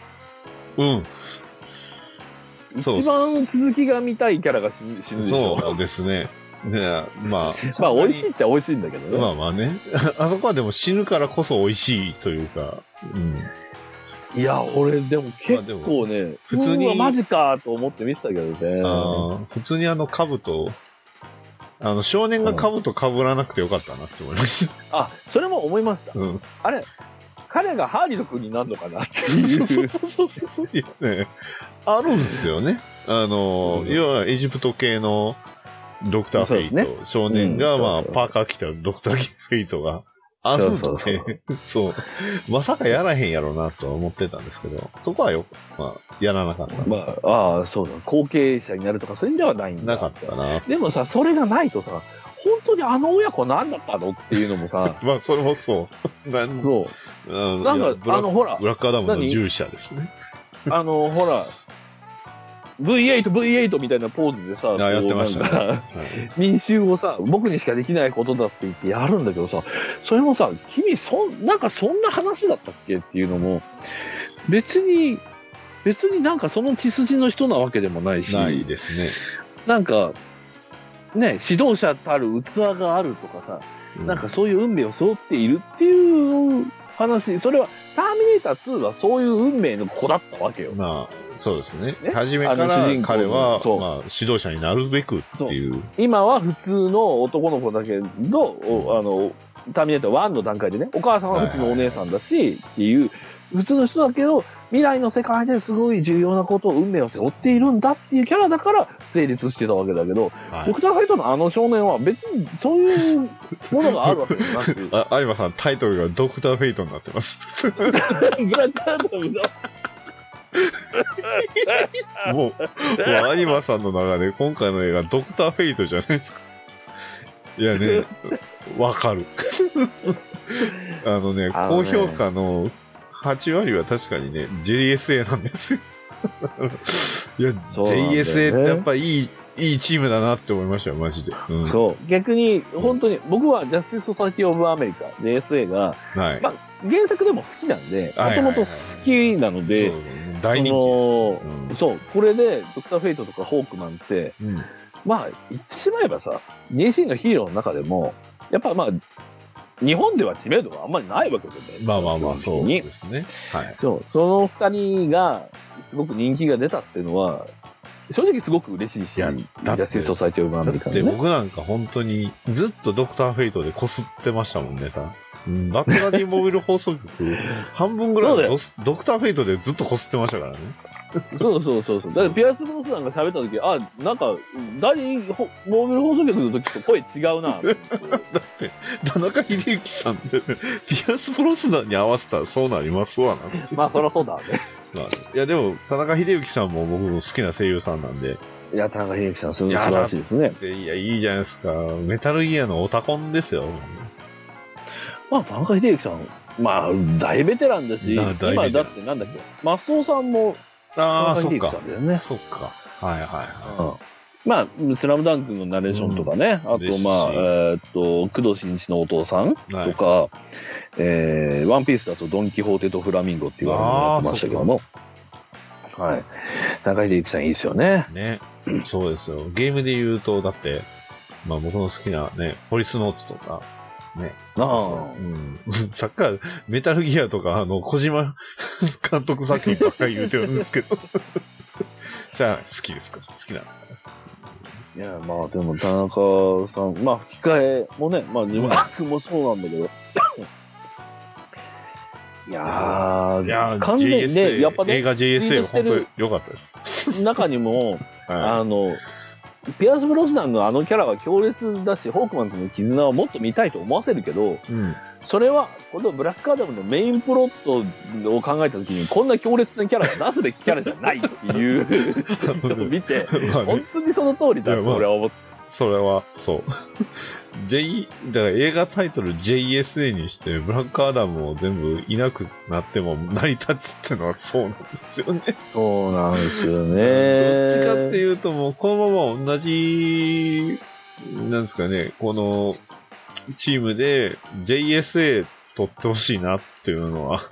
一番続きが見たいキャラが死ぬでしょ。 そうですね。 美味しいっちゃ美味しいんだけどね。 ね。あそこはでも死ぬからこそ美味しいというか、 いや、俺、でも結構ね、普通に。マジかと思って見てたけどね。 普通に兜、少年が兜被らなくてよかったなって思いました。 それも思いました。あれ、彼がハーリド君になるのかなっていう。 そうね。あるんですよね。要はエジプト系のドクター・フェイト、少年が、パーカー着たドクター・フェイトが、そう。まさかやらへんやろうなとは思ってたんですけど、そこはやらなかった。 そうだ。後継者になるとか、そういうんではないんだ。 なかったな。 でもさ、それがないとさ、本当にあの親子何だったのっていうのもさ。 それもそう。なんか、 ほら。 ブラックアダムの従者ですね。 ほら。V8 みたいなポーズでさ、 やってましたね。 民衆をさ、僕にしかできないことだって言ってやるんだけどさ、それもさ、君、なんかそんな話だったっけっていうのも、別になんかその血筋の人なわけでもないし。 ないですね。 なんか、ね、指導者たる器があるとかさ、なんかそういう運命を背負っているっていう話、それは、ターミネーター2はそういう運命の子だったわけよ。 そうですね。初めから彼は、指導者になるべくっていう。 今は普通の男の子だけど、ターミネーター1の段階でね、お母さんは普通のお姉さんだし、っていう、普通の人だけど、未来の世界ですごい重要なことを、運命を背負っているんだっていうキャラだから成立してたわけだけど、ドクターフェイトのあの少年は別にそういうものがあるわけじゃなくて。 有馬さん、タイトルがドクターフェイトになってます。 ブラックアダムだ。 もう有馬さんの中で今回の映画、ドクターフェイトじゃないですか。いやね、わかる。高評価の8割は確かにね、JSA なんですよ。いや、JSA ってやっぱいいチームだなって思いましたよ、マジで。 そう。逆に、本当に、僕はジャスティス・ソサイティ・オブ・アメリカ、JSA が、原作でも好きなんで、もともと好きなので、 大人気です。 そう、これで、ドクター・フェイトとかホークマンって、言ってしまえばさ、JSA のヒーローの中でも、やっぱ日本では知名度があんまりないわけですよね。 そうですね。 その二人が、すごく人気が出たっていうのは、正直すごく嬉しいし、ジャスティス・ソサイティ・オブ・アメリカね。 僕なんか本当にずっとドクター・フェイトで擦ってましたもんね、 バッテラリーモビル放送局、半分ぐらいドクターフェイトでずっとこすってましたからね。 そう。だからピアス・ブロスナンが喋った時、なんか、モービル放送局の時と声違うな。だって、 田中秀幸さんで、ピアス・ブロスナンに合わせたらそうなりますわな。 まあ、そりゃそうだね。 いや、でも、田中秀幸さんも僕も好きな声優さんなんで。 いや、田中秀幸さん、素晴らしいですね。 いや、いいじゃないですか。メタルギアのオタコンですよ。 まあ、田中秀幸さん、まあ、大ベテランだし、今だってなんだっけ、マスオさんも、 そっか。そっか。はいはい。 まあ、スラムダンクのナレーションとかね、あと、工藤新一のお父さんとか、ワンピースだとドン・キホーテとフラミンゴって言われるのやってましたけども、はい。田中秀幸さんいいですよね。 ね。そうですよ。ゲームで言うと、だって、まあ僕の好きなね、ポリスノーツとか、ね。サッカー、メタルギアとか、小島監督作品ばっかり言うてるんですけど。じゃあ、好きですか？好きなんですか？ いや、まあでも田中さん、まあ吹き替えもね、まあ自分もそうなんだけど。いやー、完全にね、やっぱね、 映画 JSA 本当に良かったです。 中にも、ピアス・ブロスナンのあのキャラは強烈だし、ホークマンとの絆をもっと見たいと思わせるけど、それは、このブラックアダムのメインプロットを考えたときに、こんな強烈なキャラが出すべきキャラじゃないっていうのを見て、本当にその通りだと俺は思って。 それは、そう。だから映画タイトル JSA にして、ブラックアダムを全部いなくなっても成り立つってのはそうなんですよね。 そうなんですよね。 どっちかっていうともう、このまま同じ、なんですかね、このチームで JSA 取ってほしいなっていうのは、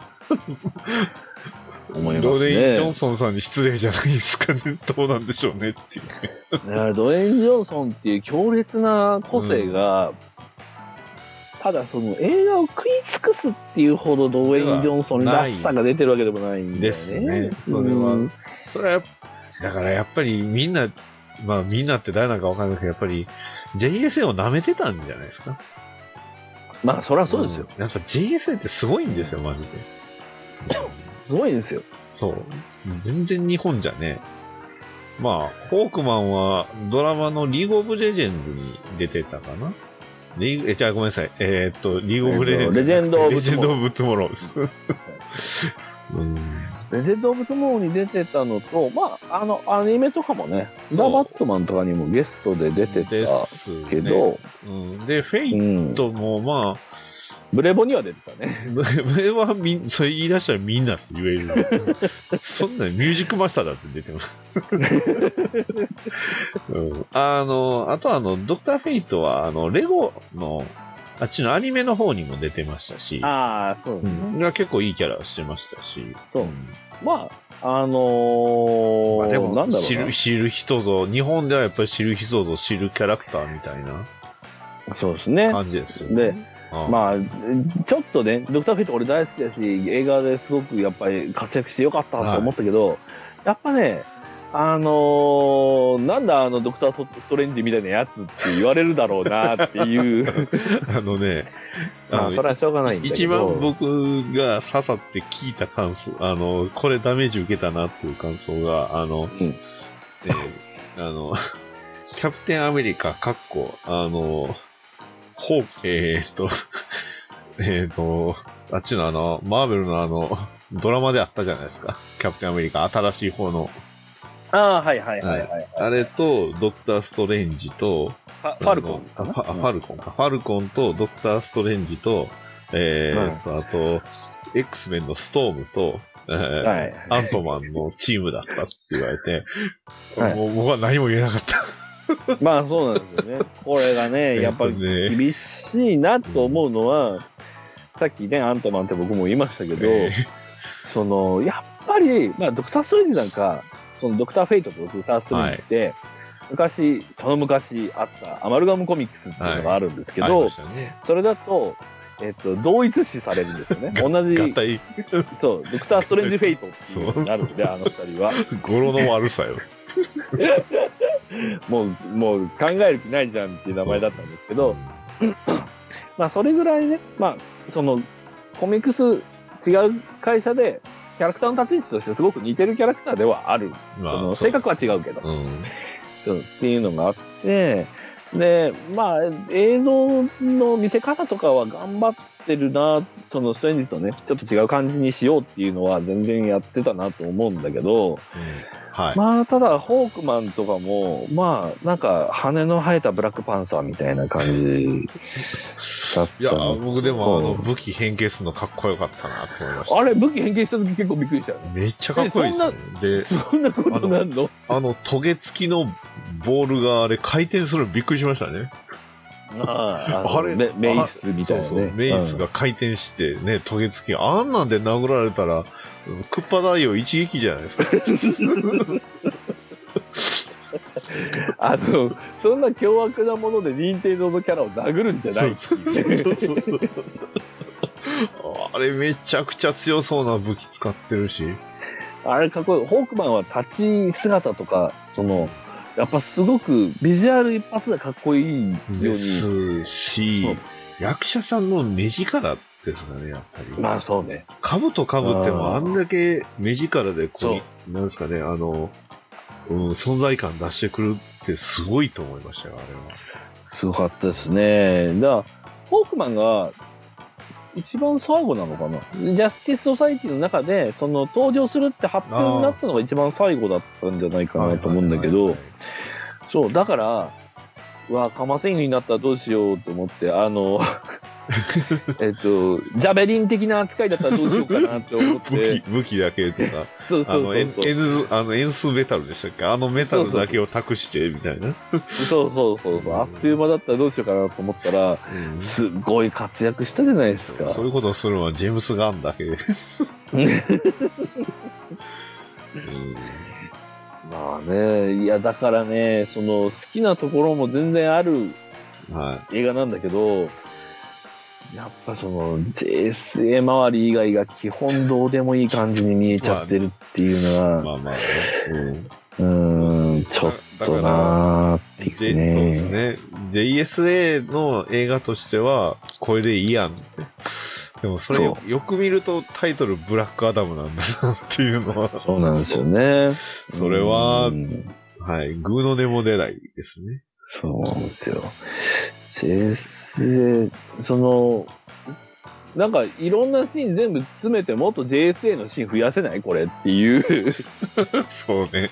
思いますね。 ドウェイン・ジョンソンさんに失礼じゃないですかね。どうなんでしょうねっていうね。 ドウェイン・ジョンソンっていう強烈な個性が、ただその映画を食い尽くすっていうほどドウェイン・ジョンソンらしさが出てるわけでもないんだよね。 ですね。それは、だからやっぱりみんな、まあみんなって誰なのかわかんないけど、やっぱり JSA を舐めてたんじゃないですか。 まあそれはそうですよ。 やっぱ JSA ってすごいんですよ、マジで。 すごいですよ。 そう。全然日本じゃね。まあ、ホークマンはドラマのリーグオブレジェンズに出てたかな。じゃあごめんなさい。リーグオブレジェンズ。 レジェンド・オブ・トゥモローです。 レジェンド・オブ・トゥモローに出てたのと、まあ、アニメとかもね、ザ・バットマンとかにもゲストで出てたけど、 で、フェイトもまあ、 ブレボには出てたね。 ブレボはそれ言い出したらみんな言える。そんなミュージックマスターだって出てます。あとドクターフェイトは、レゴの、あっちのアニメの方にも出てましたし、 そうですね。結構いいキャラしてましたし。 そう。まあ、 でも、なんだろうな。知る人ぞ、日本ではやっぱり知る人ぞ知るキャラクターみたいな。 そうですね。 感じですよね。 で、まあ、ちょっっとね、ドクターフェイト俺大好きだし、映画ですごくやっぱり活躍してよかったと思ったけど、やっぱね、なんだドクターストレンジみたいなやつって言われるだろうなっていう。まあ、それはしょうがないんだけど。 一番僕が刺さって聞いた感想、これダメージ受けたなっていう感想が、キャプテンアメリカ、あっちのマーベルのドラマであったじゃないですか。キャプテンアメリカ、新しい方の。 はいはいはいはい。 あれと、ドクターストレンジと、 ファルコンかな？ ファルコンとドクターストレンジと、あと、X メンのストームと、アントマンのチームだったって言われて、もう僕は何も言えなかった。 まあそうなんですよね。これがね、やっぱり厳しいなと思うのは、さっきね、アントマンって僕も言いましたけど、やっぱり、まあドクターストレンジなんか、ドクターフェイトとドクターストレンジって、その昔あったアマルガムコミックスっていうのがあるんですけど、それだと、同一視されるんですよね。同じ、そう、ドクターストレンジフェイトっていうのになるんで、あの二人は。 語呂の悪さよ。 もう考える気ないじゃんっていう名前だったんですけど、 まあそれぐらいね、まあそのコミックス違う会社でキャラクターの立ち位置としてすごく似てるキャラクターではある。 まあその性格は違うけど、 うん、 っていうのがあって、で、まあ映像の見せ方とかは頑張ってるな、そのストレンジとね、ちょっと違う感じにしようっていうのは全然やってたなと思うんだけど、 はい、 まあただホークマンとかもまあなんか羽の生えたブラックパンサーみたいな感じだったいや僕でも武器変形するのかっこよかったなって思いました。 あれ武器変形した時結構びっくりしたよね。 めっちゃかっこいいですよね。でそんなことなんの？ トゲ付きのボールがあれ回転するのびっくりしましたね。 あれメイスみたいなね。 そうメイスが回転してね、トゲ付き。あんなんで殴られたら、クッパ大王一撃じゃないですか。 そんな凶悪なもので任天堂のキャラを殴るんじゃないっていうね。 あれめちゃくちゃ強そうな武器使ってるし。 あれかっこいい。ホークマンは立ち姿とか、やっぱすごくビジュアル一発でかっこいいように。 ですし、役者さんの目力ですかね、やっぱり。 まあそうね。 兜かぶってもあんだけ目力でなんですかね、存在感出してくるってすごいと思いましたよ、あれは。 すごかったですね。だから、ホークマンが一番最後なのかな。ジャスティスソサイティの中で、登場するって発表になったのが一番最後だったんじゃないかなと思うんだけど、そう、だから、カマセイヌになったらどうしようと思って、ジャベリン的な扱いだったらどうしようかなって思って。 武器だけとか。エンスメタルでしたっけ？メタルだけを託して、みたいな。 そう。あっという間だったらどうしようかなと思ったら、すごい活躍したじゃないですか。 そういうことをするのはジェームス・ガンだけで。 まあね、いや、だからね、好きなところも全然ある映画なんだけど、やっぱJSA 周り以外が基本どうでもいい感じに見えちゃってるっていうのは、ちょっとなーっていうね。 そうですね。JSA の映画としては、これでいいやんって。でもそれよく見るとタイトルブラックアダムなんだなっていうのは。 そうなんですよね。 それは、はい、グーの音も出ないですね。 そうなんですよ。JSA、なんかいろんなシーン全部詰めてもっと JSA のシーン増やせないこれっていうそうね。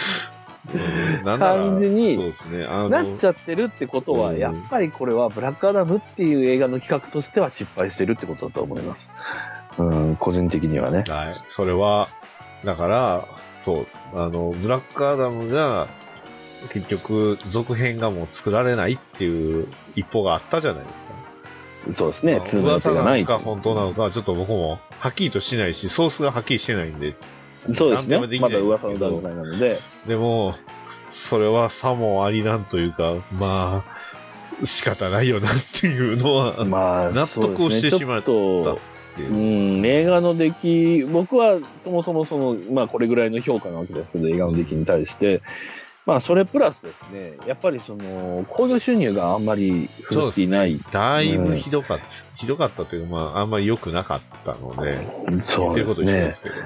感じにそうですね。 なっちゃってるってことは、やっぱりこれはブラックアダムっていう映画の企画としては失敗してるってことだと思います。個人的にはね。 はい。それは、だから、そう、ブラックアダムが、結局、続編がもう作られないっていう一報があったじゃないですか。 そうですね。 噂なのか本当なのかはちょっと僕もはっきりとしないし、ソースがはっきりしてないんで。 そうですね。まだ噂の段階なので。 でも、それはさもありなんというか、まあ、仕方ないよなっていうのは、まあ、納得をしてしまった。 映画の出来、僕はそもそもまあこれぐらいの評価なわけですけど、映画の出来に対して、まあそれプラスですね、やっぱり興行収入があんまり増えていない。 だいぶひどかったというか、まああんまり良くなかったので、 そうですね。 ですけど、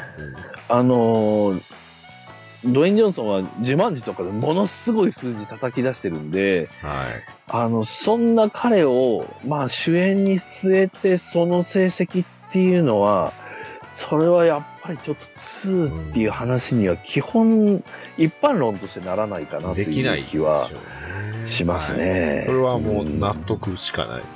ドウェイン・ジョンソンはジュマンジとかでものすごい数字叩き出してるんで、そんな彼を、まあ主演に据えてその成績っていうのは、それはやっぱりちょっと2っていう話には基本一般論としてならないかなという気はしますね。 それはもう納得しかない。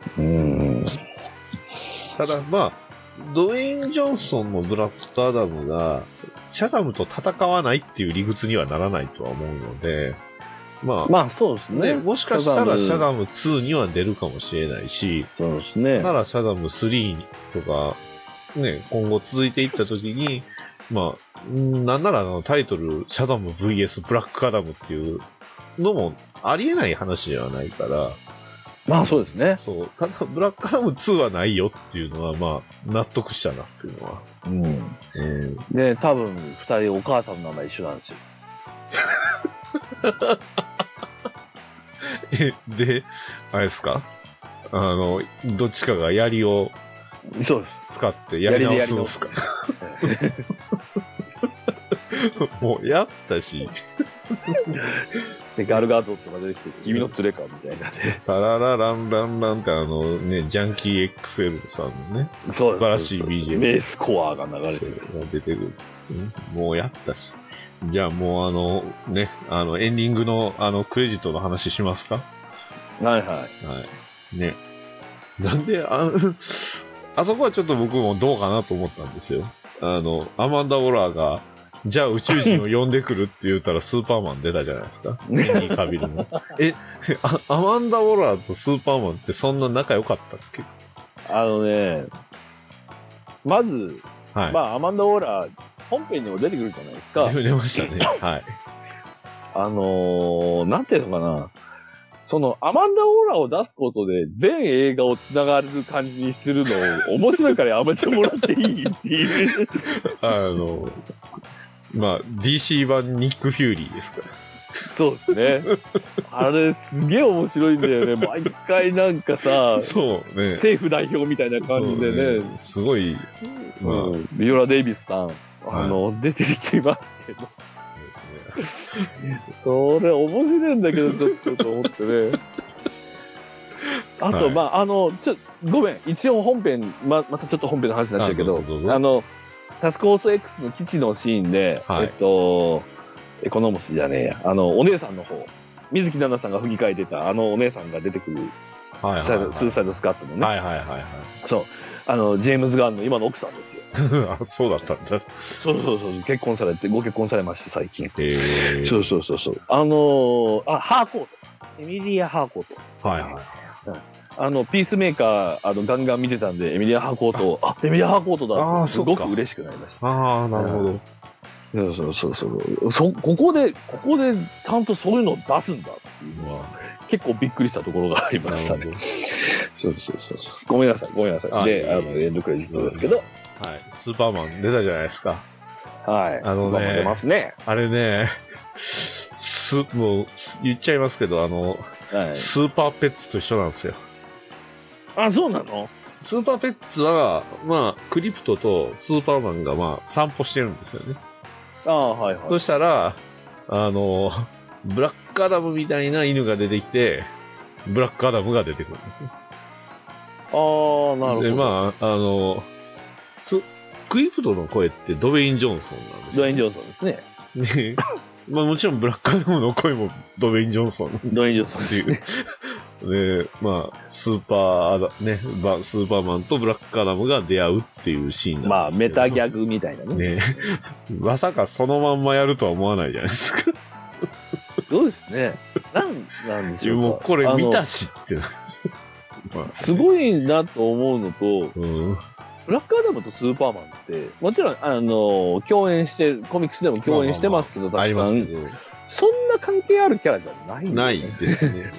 ただまあ、ドウェイン・ジョンソンのブラックアダムがシャザムと戦わないっていう理屈にはならないとは思うので、まあそうですね。もしかしたらシャザム2には出るかもしれないし、 そうですね。 ならシャザム3とか、ね、今後続いていったときに、まあ、なんならタイトル、シャザム VS ブラックアダムっていうのもありえない話ではないから、 まあそうですね。 そう。ただ、ブラックアダム2はないよっていうのは、まあ、納得したなっていうのは。 で、多分、二人お母さんの名前一緒なんですよ。 で、あれですかどっちかが槍を使ってやり直すんですか。もうやったし。 で、ガルガードとか出てきて、君の連れかみたいなね。 タララランランランってね、ジャンキー XL さんのね、素晴らしい BGM。 ベースコアが流れてる。 出てくる。もうやったし。じゃあもうね、エンディングのクレジットの話しますか？ はいはい。 はい。ね。なんで、あそこはちょっと僕もどうかなと思ったんですよ。アマンダ・ウォラーが、じゃあ宇宙人を呼んでくるって言ったらスーパーマン出たじゃないですか。ヘンリー・カビルも。アマンダ・ウォラーとスーパーマンってそんな仲良かったっけ？ まず、はい、まあ、アマンダ・ウォラー、本編にも出てくるじゃないですか。 出ましたね。はい。 なんていうのかな。その、アマンダ・ウォラーを出すことで、全映画を繋がる感じにするのを、面白いからやめてもらっていいっていう。 まあ、DC 版ニック・フューリーですから。 そうですね。あれ、すげえ面白いんだよね。毎回なんかさ、 そうね。 政府代表みたいな感じでね。 すごい、 まあ、ビオラ・デイビスさん、出てきますけど。それ面白いんだけど、ちょっと思ってね。あと、まあ、ごめん、一応本編、またちょっと本編の話になっちゃうけど、タスクフォース X の基地のシーンで、エコノモスじゃねえや、お姉さんの方、水木奈々さんが吹き替えてた、お姉さんが出てくる、スーサイドスカットのね。そう。ジェームズ・ガンの今の奥さんですよ。 あ、そうだったんだ。 そう。ご結婚されまして、最近。そう。ハーコート。エミリア・ハーコート。ピースメーカー、ガンガン見てたんで、エミリア・ハーコート、エミリア・ハーコートだって、すごく嬉しくなりました。 なるほど。 ここで、ちゃんとそういうのを出すんだっていうのは、結構びっくりしたところがありましたね。そう。ごめんなさい。で、エンドクレジットですけど。 はい。スーパーマン出たじゃないですか。 はい。出ますね。 あれね、もう、言っちゃいますけど、スーパーペッツと一緒なんですよ。 あ、そうなの？ スーパーペッツは、まあ、クリプトとスーパーマンが、まあ、散歩してるんですよね。 はい。 そしたら、ブラックアダムみたいな犬が出てきて、ブラックアダムが出てくるんですね。 なるほど。 で、まあ、クリプトの声ってドウェイン・ジョンソンなんですよ。 ドウェイン・ジョンソンですね。 で、まあもちろんブラックアダムの声もドウェイン・ジョンソン。 ドウェイン・ジョンソンっていう。 で、まあ、スーパーマンとブラックアダムが出会うっていうシーンなんですけど。 まあ、メタギャグみたいなね。 まさかそのまんまやるとは思わないじゃないですか。 そうですね。なんでしょうか。 もうこれ見たしって。 すごいなと思うのと、ブラックアダムとスーパーマンって、もちろん、共演して、コミックスでも共演してますけど、 ありますけど。 そんな関係あるキャラじゃないんないですね。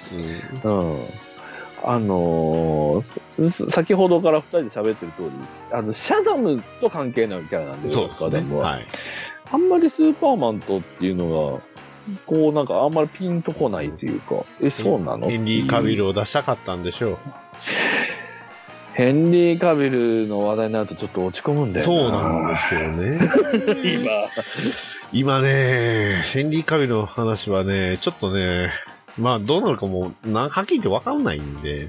先ほどから二人で喋ってる通り、シャザムと関係のあるキャラなんで、 そうですね。はい。 あんまりスーパーマンとっていうのが、なんかあんまりピンとこないというか、そうなの？ ヘンリー・カビルを出したかったんでしょう。 ヘンリー・カビルの話題になるとちょっと落ち込むんだよな。 そうなんですよね。今ね、ヘンリー・カビルの話はね、ちょっとね、まあどうなるかもはっきり言って分かんないんで。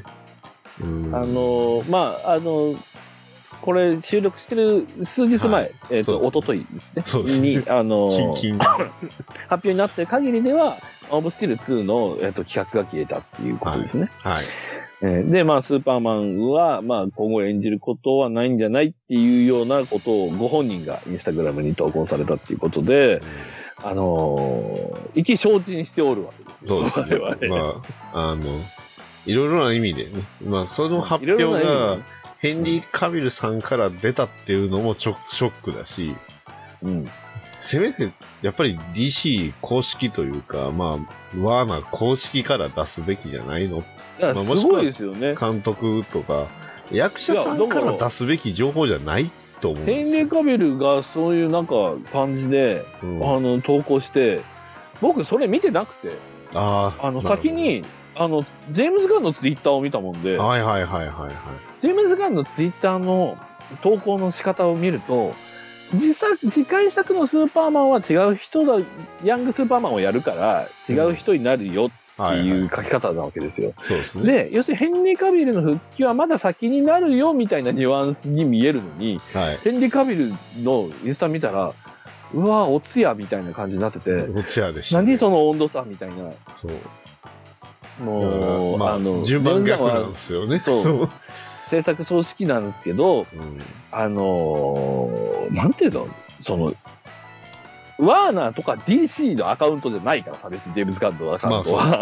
これ収録してる数日前、おとといですね。 そうですね。 に、発表になってる限りでは、オブスティル2の、企画が消えたっていうことですね。 はい。 で、まあ、スーパーマンは、まあ、今後演じることはないんじゃないっていうようなことをご本人がインスタグラムに投稿されたっていうことで、意気承知にしておるわけです。 そうですね。まあ、いろいろな意味でね。まあ、その発表が、ヘンリー・カビルさんから出たっていうのもショックだし、せめて、やっぱり DC 公式というか、まあ、ワーナー公式から出すべきじゃないの？ もしくは監督とか、役者さんから出すべき情報じゃないと思うんですよ。 ヘンリー・カビルがそういうなんか感じで、投稿して、僕それ見てなくて、先にジェームズ・ガンのツイッターを見たもんで、 はいはいはいはいはい。 ジェームズ・ガンのツイッターの投稿の仕方を見ると、次回作のスーパーマンは違う人だ、ヤングスーパーマンをやるから違う人になるよっていう書き方なわけですよ。 そうですね。 で、要するにヘンリー・カビルの復帰はまだ先になるよみたいなニュアンスに見えるのに、ヘンリー・カビルのインスタ見たら、うわ、おつやみたいな感じになってて、 おつやでした、 何その温度差みたいな。 そう。 もう、 順番逆なんですよね。 そう。制作組織なんですけど、なんていうの、ワーナーとか DC のアカウントじゃないからさ、別にジェームズ・ガンのアカウントは。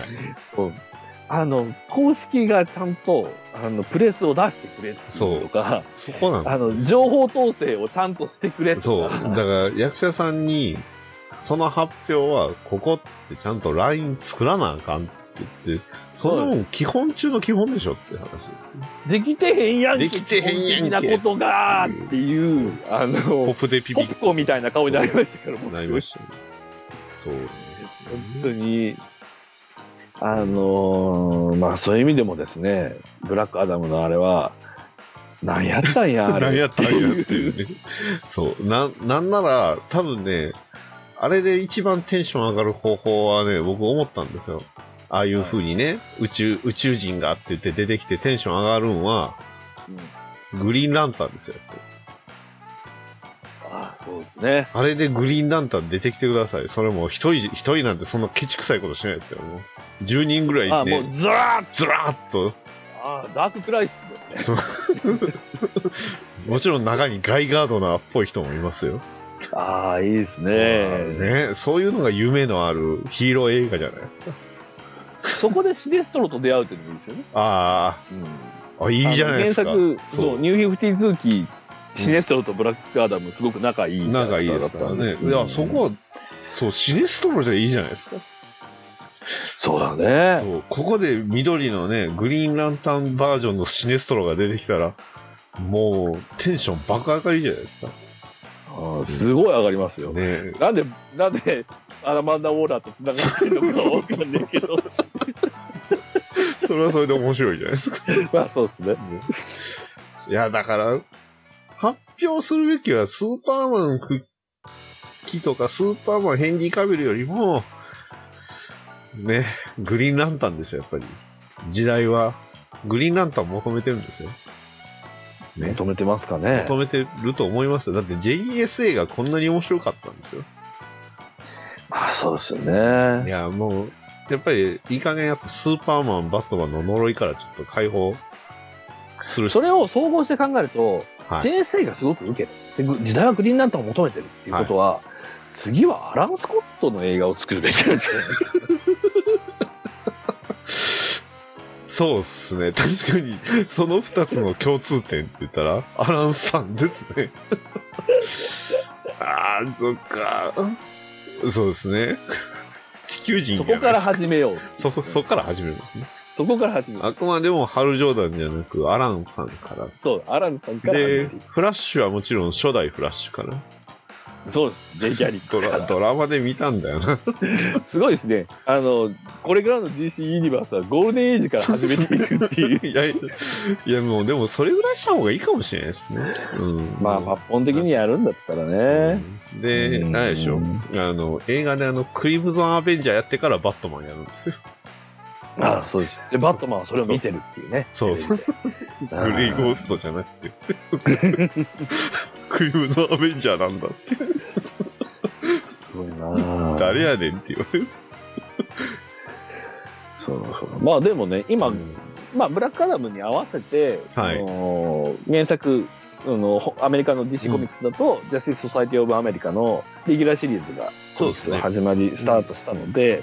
公式がちゃんと、プレスを出してくれっていうとか、 そこなんです情報統制をちゃんとしてくれとか。 そう。だから役者さんに、その発表は、ここってちゃんと LINE 作らなあかんって言って、そんなもん基本中の基本でしょって話ですね。 できてへんやんけ。 できてへんやんけ。 的なことがっていう、 ポプでピピポッコみたいな顔になりましたから、 なりましたね。そうですね。 本当に、まあそういう意味でもですね、ブラックアダムのあれは、何やったんや、あれ。 何やったんやっていうね。そう。なんなら、多分ね、あれで一番テンション上がる方法はね、僕思ったんですよ。ああいう風にね、宇宙人がって言って出てきてテンション上がるんは、グリーンランタンですよ。 ああ、そうですね。 あれでグリーンランタン出てきてください。それも一人なんてそんなケチくさいことしないですよ。もう10人ぐらいね。 もうずらーっと。 ああ、ダーククライスですね。 もちろん中にガイガードナーっぽい人もいますよ。 ああ、いいですね。 ね、そういうのが夢のあるヒーロー映画じゃないですか。 そこでシネストロと出会うっていうのもいいですよね。 いいじゃないですか。 原作、そう、ニュー52期、シネストロとブラックアダム、すごく仲いい。 仲いいですからね。いや、そこは、そう、シネストロじゃいいじゃないですか。 そうだね。 そう、ここで緑のね、グリーンランタンバージョンのシネストロが出てきたら、もう、テンション爆上がりじゃないですか。 すごい上がりますよ。 ね、 なんで、アラマンダ・ウォーラーと繋がってるのかわかんないけど。 それはそれで面白いじゃないですか。 まあそうですね。 いや、だから、発表するべきはスーパーマン復帰とかスーパーマンヘンリー・カビルよりも、ね、グリーンランタンですよ、やっぱり。時代は、グリーンランタン求めてるんですよ。 ね、求めてますかね。 求めてると思いますよ。だって JSA がこんなに面白かったんですよ。 まあそうですよね。 いや、もう、やっぱり、いい加減やっぱスーパーマン、バットマンの呪いからちょっと解放する。 それを総合して考えると、JSA がすごく受ける。時代はグリーンランタンを求めてるっていうことは、次はアラン・スコットの映画を作るべきなんじゃないか。 そうっすね。確かに、その二つの共通点って言ったら、アランさんですね。ああ、そっか。そうですね。地球人そこから始めよう。 そこから始めるんですね。 そこから始める。 あくまでもハル・ジョーダンじゃなく、アランさんから。 そう、アランさんから。 で、フラッシュはもちろん初代フラッシュから。 そうです。ジェイ・キャリードラマで見たんだよな。 すごいですね。これからの DC ユニバースはゴールデンエイジから始めていくっていう。 いやもうでもそれぐらいした方がいいかもしれないですね。 まあ抜本的にやるんだったらね。 で、何でしょう。映画でクリムゾンアベンジャーやってからバットマンやるんですよ。 ああ、そうです。で、バットマンはそれを見てるっていうね。 そう。グレイゴーストじゃなくて。クリムゾンアベンジャーなんだって。すごいな誰やねんって言われる。 そう。まあでもね、今、まあブラックアダムに合わせて、原作、アメリカの DC コミックスだと、ジャスティス・ソサイティ・オブ・アメリカのレギュラーシリーズが、 そうですね。 始まり、スタートしたので、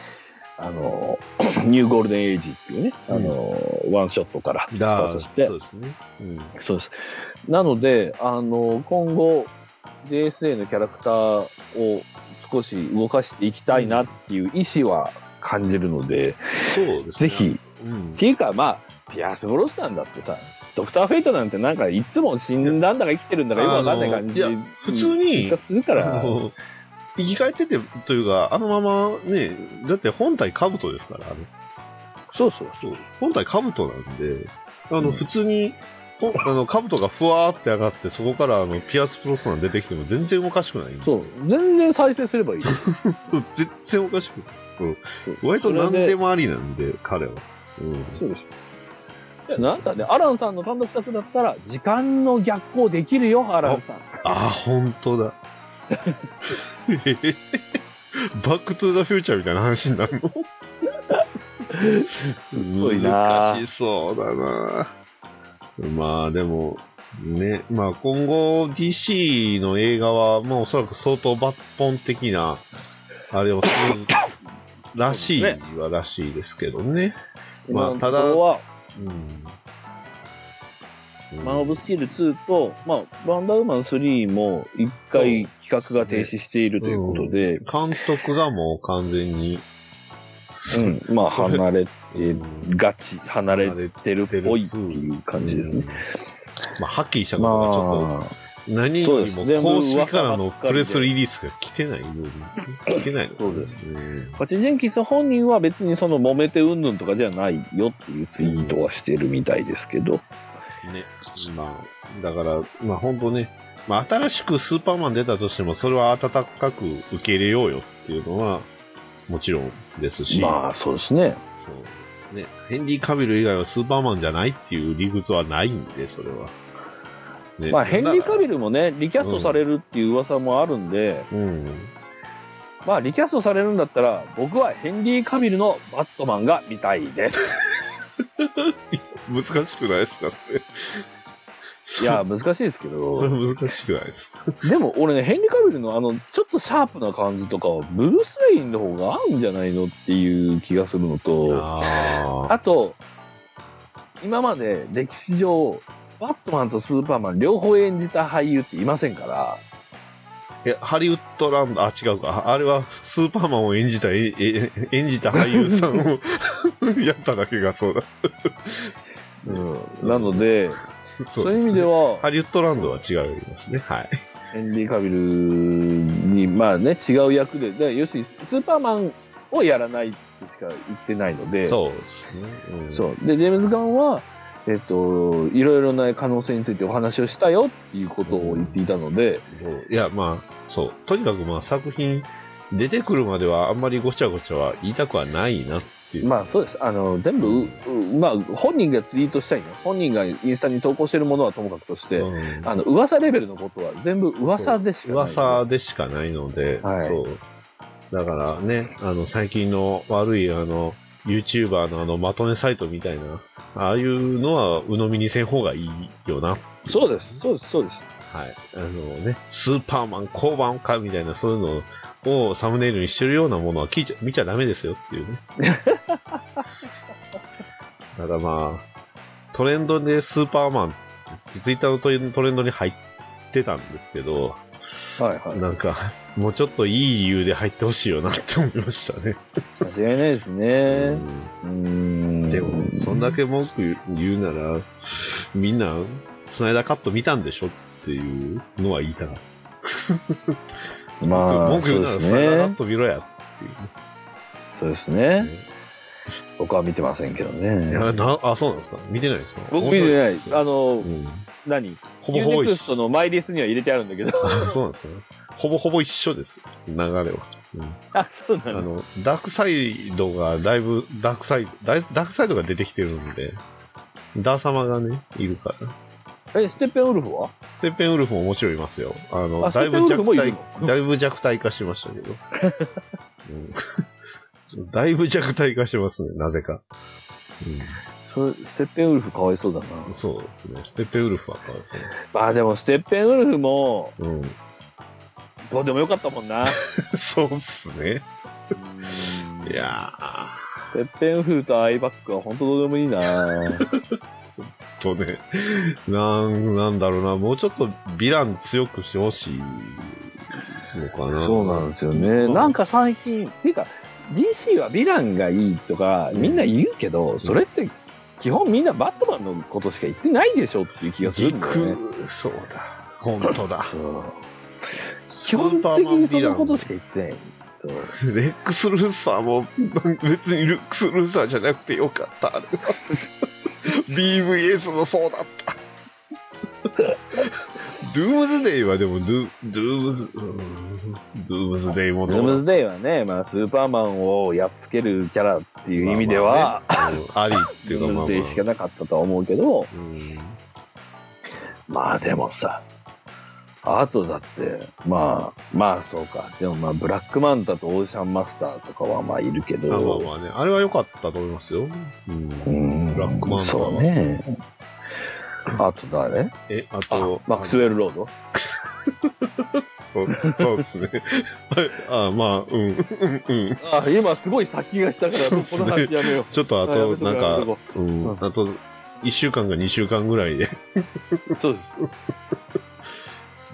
ニューゴールデンエイジっていうね、ワンショットからスタートして、 そうですね。 そうです。なので、今後、JSA のキャラクターを少し動かしていきたいなっていう意思は感じるので、 そうですね。 ぜひ、っていうか、まあ、ピアス・ブロスタンだってさ、ドクター・フェイトなんてなんかいつも死んだんだか生きてるんだかよくわかんない感じで、 普通に、 するから生き返っててというか、あのままね、だって本体兜ですから、あれ。 そうそうそう。 本体兜なんで、普通に、兜がふわーって上がって、そこからピアスプロスナン出てきても全然おかしくない。 そう。全然再生すればいい。 そう、全然おかしくない。そう。割と何でもありなんで、彼は。 そうでしょ。なんかね、アランさんの単独作だったら、時間の逆行できるよ、アランさん。 ほんとだ。バックトゥーザフューチャーみたいな話になるのすごいな。 難しそうだな。まあでも、ね、まあ今後 DC の映画は、まあおそらく相当抜本的な、あれをするらしいはらしいですけどね。まあただ、 マン・オブ・スティール2と、まあ、ワンダーウーマン3も一回企画が停止しているということで、 監督がもう完全に、 まあ離れてるっぽいっていう感じですね。 まあはっきりしたことがちょっと、何よりも公式からのプレスリリースが来てないの。 そうです。パチ・ジェンキンス本人は別にその揉めてうんぬんとかじゃないよっていうツイートはしてるみたいですけど。 ね。まあ、だから、まあ本当ね、まあ新しくスーパーマン出たとしても、それは温かく受け入れようよっていうのは、もちろんですし。 まあそうですね。 そう。ね。ヘンリー・カビル以外はスーパーマンじゃないっていう理屈はないんで、それは。 ね、まあヘンリー・カビルもね、リキャストされるっていう噂もあるんで、まあリキャストされるんだったら、僕はヘンリー・カビルのバットマンが見たいです。 難しくないですか、それ。 いや、難しいですけど。 それ難しくないですか。 でも、俺ね、ヘンリー・カビルのちょっとシャープな感じとかは、ブルース・ウェインの方が合うんじゃないのっていう気がするのと、あと、今まで歴史上、バットマンとスーパーマン両方演じた俳優っていませんから、 ハリウッドランド、違うか。あれはスーパーマンを演じた俳優さんをやっただけがそうだ。 なので、そういう意味では、 ハリウッドランドは違いますね。はい。 ヘンリー・カビルに、まあね、違う役で、要するにスーパーマンをやらないとしか言ってないので、 そうですね。 そう。で、ジェームズ・ガンは、いろいろな可能性についてお話をしたよっていうことを言っていたので、 いや、まあ、そう。とにかくまあ作品出てくるまではあんまりごちゃごちゃは言いたくはないなっていう。 まあそうです。全部、まあ本人がツイートしたいね。本人がインスタに投稿してるものはともかくとして、噂レベルのことは全部噂でしかない。 噂でしかないので、そう。だからね、最近の悪いYouTuber のまとめサイトみたいな、ああいうのは鵜呑みにせん方がいいよな。 そうです、そうです、そうです。 はい。ね、スーパーマン降板かみたいな、そういうのをサムネイルにしてるようなものは見ちゃダメですよっていうね。だからまあ、トレンドでスーパーマンってツイッターのトレンドに入ってたんですけど、なんか、もうちょっといい理由で入ってほしいよなって思いましたね。 間違いないですね。 でも、そんだけ文句言うなら、みんな、スナイダーカット見たんでしょっていうのは言いたかった。まあ、文句言うならスナイダーカット見ろやっていう、ね。 そうですね。僕は見てませんけどね。 いやそうなんですか？見てないですか？ 僕見てない。何？ ほぼほぼ一緒のマイリスには入れてあるんだけど。 そうなんですか？ほぼほぼ一緒です。流れは。 そうなの？ ダークサイドがだいぶ、ダークサイドが出てきてるんで、ダー様がね、いるから。 ステッペンウルフは？ ステッペンウルフももちろんいますよ。だいぶ弱体化しましたけど。だいぶ弱体化してますね、なぜか。 ステッペンウルフかわいそうだな。 そうですね、ステッペンウルフはかわいそう。 まあでも、ステッペンウルフも、どうでもよかったもんな。 そうっすね。いやー。ステッペンウルフとアイバックは本当どうでもいいなね、 なんだろうな、もうちょっとヴィラン強くしてほしいのかな。 そうなんですよね。なんか最近、っていうか、DC はヴィランがいいとか、みんな言うけど、それって基本みんなバットマンのことしか言ってないでしょっていう気がするんだよね。 そうだ。本当だ。 基本的にそのことしか言ってない。 そうレックス・ルーサーも別にレックス・ルーサーじゃなくてよかった。あれはBVS もそうだった。ドゥームズデイはでもドゥームズデイもドゥームズデイはね、まあ、スーパーマンをやっつけるキャラっていう意味では、 ありっていうか、 ドゥームズデイしかなかったとは思うけど、 うんまあでもさ、あとだって、まあそうか。でもまあブラックマンタとオーシャンマスターとかはまあいるけど。 まあね、あれは良かったと思いますよ。ブラックマンタは。 そうね。あと誰？ あと、 マックスウェルロードそうっすね。まあ、 今すごい先が来たから、この話やめよう。 ちょっとあと、なんか、あと、1週間か2週間ぐらいで。 そうです。